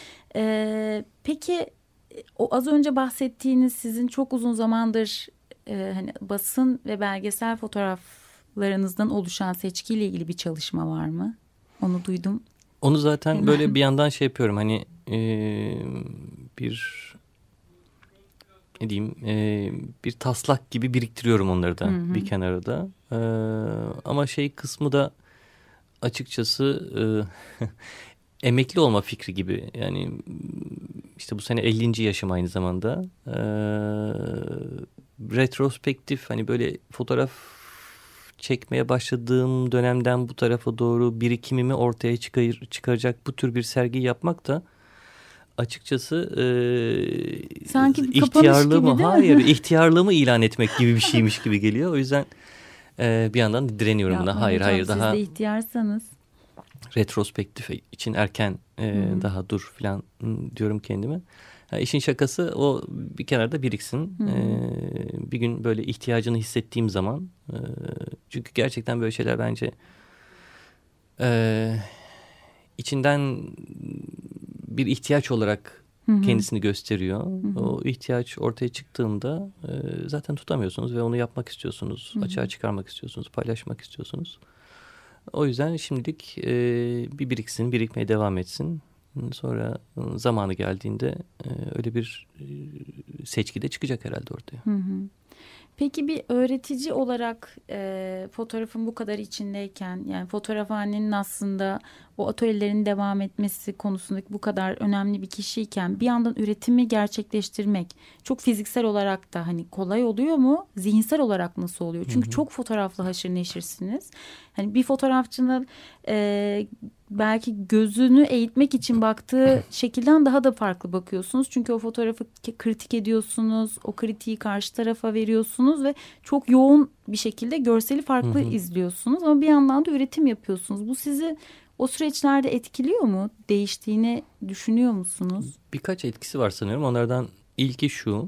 E, peki o az önce bahsettiğiniz sizin çok uzun zamandır e, hani basın ve belgesel fotoğraflarınızdan oluşan seçkiyle ilgili bir çalışma var mı? Onu duydum. Onu zaten Hemen. böyle bir yandan şey yapıyorum. Hani e, bir ne diyeyim e, bir taslak gibi biriktiriyorum onları da hı hı. bir kenara da. E, ama şey kısmı da açıkçası e, emekli olma fikri gibi. Yani işte bu sene ellinci yaşım aynı zamanda. E, retrospektif hani böyle fotoğraf çekmeye başladığım dönemden bu tarafa doğru birikimimi ortaya çıkar, çıkaracak bu tür bir sergi yapmak da açıkçası e, sanki ihtiyarlığımı gibi, hayır ihtiyarlığımı ilan etmek gibi bir şeymiş gibi geliyor. O yüzden e, bir yandan direniyorum buna. Hayır hocam, hayır daha siz de ihtiyarsanız retrospektif için erken e, daha dur falan diyorum kendime. Yani işin şakası o bir kenarda biriksin. E, bir gün böyle ihtiyacını hissettiğim zaman e, çünkü gerçekten böyle şeyler bence e, içinden bir ihtiyaç olarak hı hı. kendisini gösteriyor. Hı hı. O ihtiyaç ortaya çıktığında e, zaten tutamıyorsunuz ve onu yapmak istiyorsunuz. Hı hı. Açığa çıkarmak istiyorsunuz, paylaşmak istiyorsunuz. O yüzden şimdilik e, bir biriksin, birikmeye devam etsin. Sonra zamanı geldiğinde e, öyle bir e, seçki de çıkacak herhalde ortaya. Hı hı. Peki bir öğretici olarak e, fotoğrafın bu kadar içindeyken, yani fotoğrafhanenin aslında o atölyelerin devam etmesi konusundaki bu kadar önemli bir kişiyken bir yandan üretimi gerçekleştirmek çok fiziksel olarak da hani kolay oluyor mu? Zihinsel olarak nasıl oluyor? Çünkü hı hı. çok fotoğrafla haşır neşirsiniz. Hani bir fotoğrafçının e, belki gözünü eğitmek için baktığı şekilden daha da farklı bakıyorsunuz. Çünkü o fotoğrafı kritik ediyorsunuz, o kritiği karşı tarafa veriyorsunuz ve çok yoğun bir şekilde görseli farklı hı hı. izliyorsunuz. Ama bir yandan da üretim yapıyorsunuz. Bu sizi o süreçlerde etkiliyor mu? Değiştiğini düşünüyor musunuz? Birkaç etkisi var sanıyorum. Onlardan ilki şu.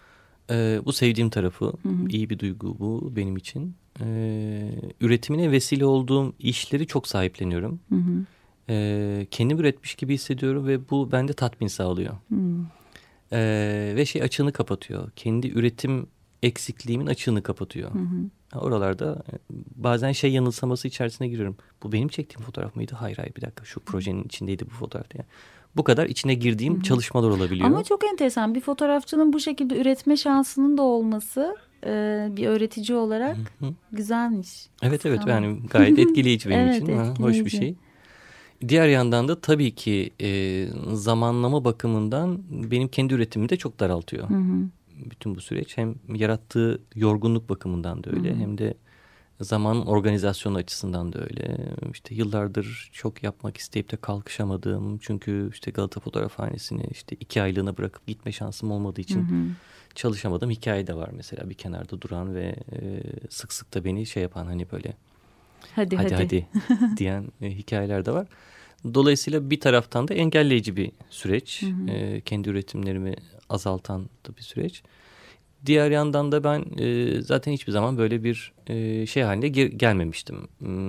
E, bu sevdiğim tarafı. Hı hı. İyi bir duygu bu benim için. E, üretimine vesile olduğum işleri çok sahipleniyorum. Hı hı. E, kendim üretmiş gibi hissediyorum ve bu bende tatmin sağlıyor. Hı. E, ve şey açığını kapatıyor. Kendi üretim eksikliğimin açığını kapatıyor. Hı hı. Oralarda bazen şey yanılsaması içerisine giriyorum. Bu benim çektiğim fotoğraf mıydı? Hayır hayır bir dakika şu projenin içindeydi bu fotoğraf diye. Bu kadar içine girdiğim hı hı. çalışmalar olabiliyor. Ama çok enteresan bir fotoğrafçının bu şekilde üretme şansının da olması e, bir öğretici olarak hı hı. güzelmiş. Evet evet tamam. Yani gayet etkileyici benim evet, için. Etkileyici. Ha, hoş bir şey. Diğer yandan da tabii ki e, zamanlama bakımından benim kendi üretimimi de çok daraltıyor. Hı hı. Bütün bu süreç hem yarattığı yorgunluk bakımından da öyle hmm. hem de zaman organizasyonu açısından da öyle. İşte yıllardır çok yapmak isteyip de kalkışamadığım çünkü işte Galata Fotoğrafhanesi'ni işte iki aylığına bırakıp gitme şansım olmadığı için hmm. çalışamadığım hikaye de var mesela bir kenarda duran ve e, sık sık da beni şey yapan hani böyle hadi hadi, hadi. diyen e, hikayeler de var. Dolayısıyla bir taraftan da engelleyici bir süreç. Hı hı. E, kendi üretimlerimi azaltan da bir süreç. Diğer yandan da ben e, zaten hiçbir zaman böyle bir e, şey haline gel- gelmemiştim. Hmm,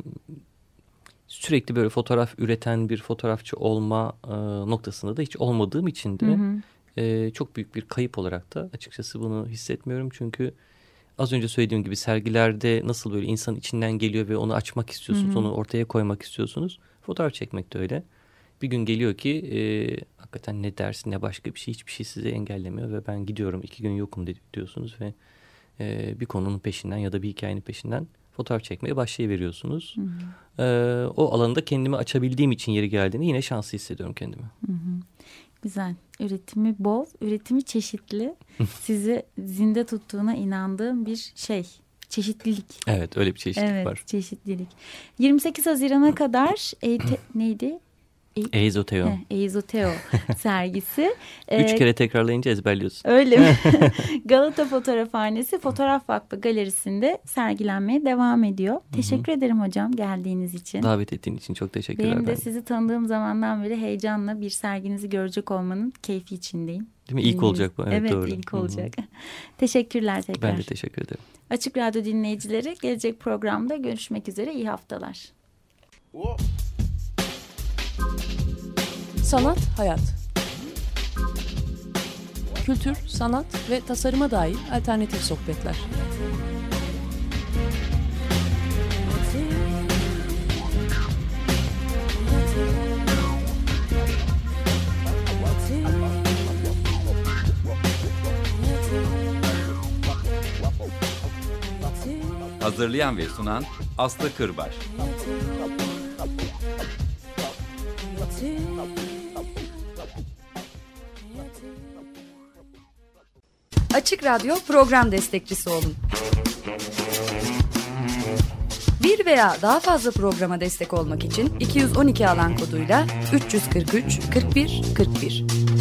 sürekli böyle fotoğraf üreten bir fotoğrafçı olma e, noktasında da hiç olmadığım için de hı hı. E, çok büyük bir kayıp olarak da açıkçası bunu hissetmiyorum. Çünkü az önce söylediğim gibi sergilerde nasıl böyle insanın içinden geliyor ve onu açmak istiyorsunuz, hı hı. onu ortaya koymak istiyorsunuz. Fotoğraf çekmek de öyle. Bir gün geliyor ki e, hakikaten ne dersin ne başka bir şey hiçbir şey sizi engellemiyor ve ben gidiyorum iki gün yokum diyorsunuz ve e, bir konunun peşinden ya da bir hikayenin peşinden fotoğraf çekmeye başlayıveriyorsunuz. Hı hı. E, o alanda kendimi açabildiğim için yeri geldiğinde yine şanslı hissediyorum kendimi. Hı hı. Güzel. Üretimi bol, üretimi çeşitli. Sizi zinde tuttuğuna inandığım bir şey. Çeşitlilik. Evet öyle bir çeşitlilik evet, var. Evet çeşitlilik. yirmi sekiz Haziran'a kadar e, te, neydi? E, Eizoteo. Eizoteo sergisi. Üç kere tekrarlayınca ezberliyorsun. Öyle mi? Galata Fotoğrafhanesi Fotoğraf Vakfı Galerisi'nde sergilenmeye devam ediyor. Hı-hı. Teşekkür ederim hocam geldiğiniz için. Davet ettiğin için çok teşekkürler. Benim de ben. sizi tanıdığım zamandan beri heyecanla bir serginizi görecek olmanın keyfi içindeyim. Değil mi? İlk olacak bu. Evet, evet doğru. ilk olacak. Teşekkürler tekrar. Ben de teşekkür ederim. Açık Radyo dinleyicileri gelecek programda görüşmek üzere. İyi haftalar. Sanat, hayat. Kültür, sanat ve tasarıma dair alternatif sohbetler. Hazırlayan ve sunan Aslı Kırbaş. Açık Radyo program destekçisi olun. Bir veya daha fazla programa destek olmak için iki yüz on iki alan koduyla üç yüz kırk üç kırk bir kırk bir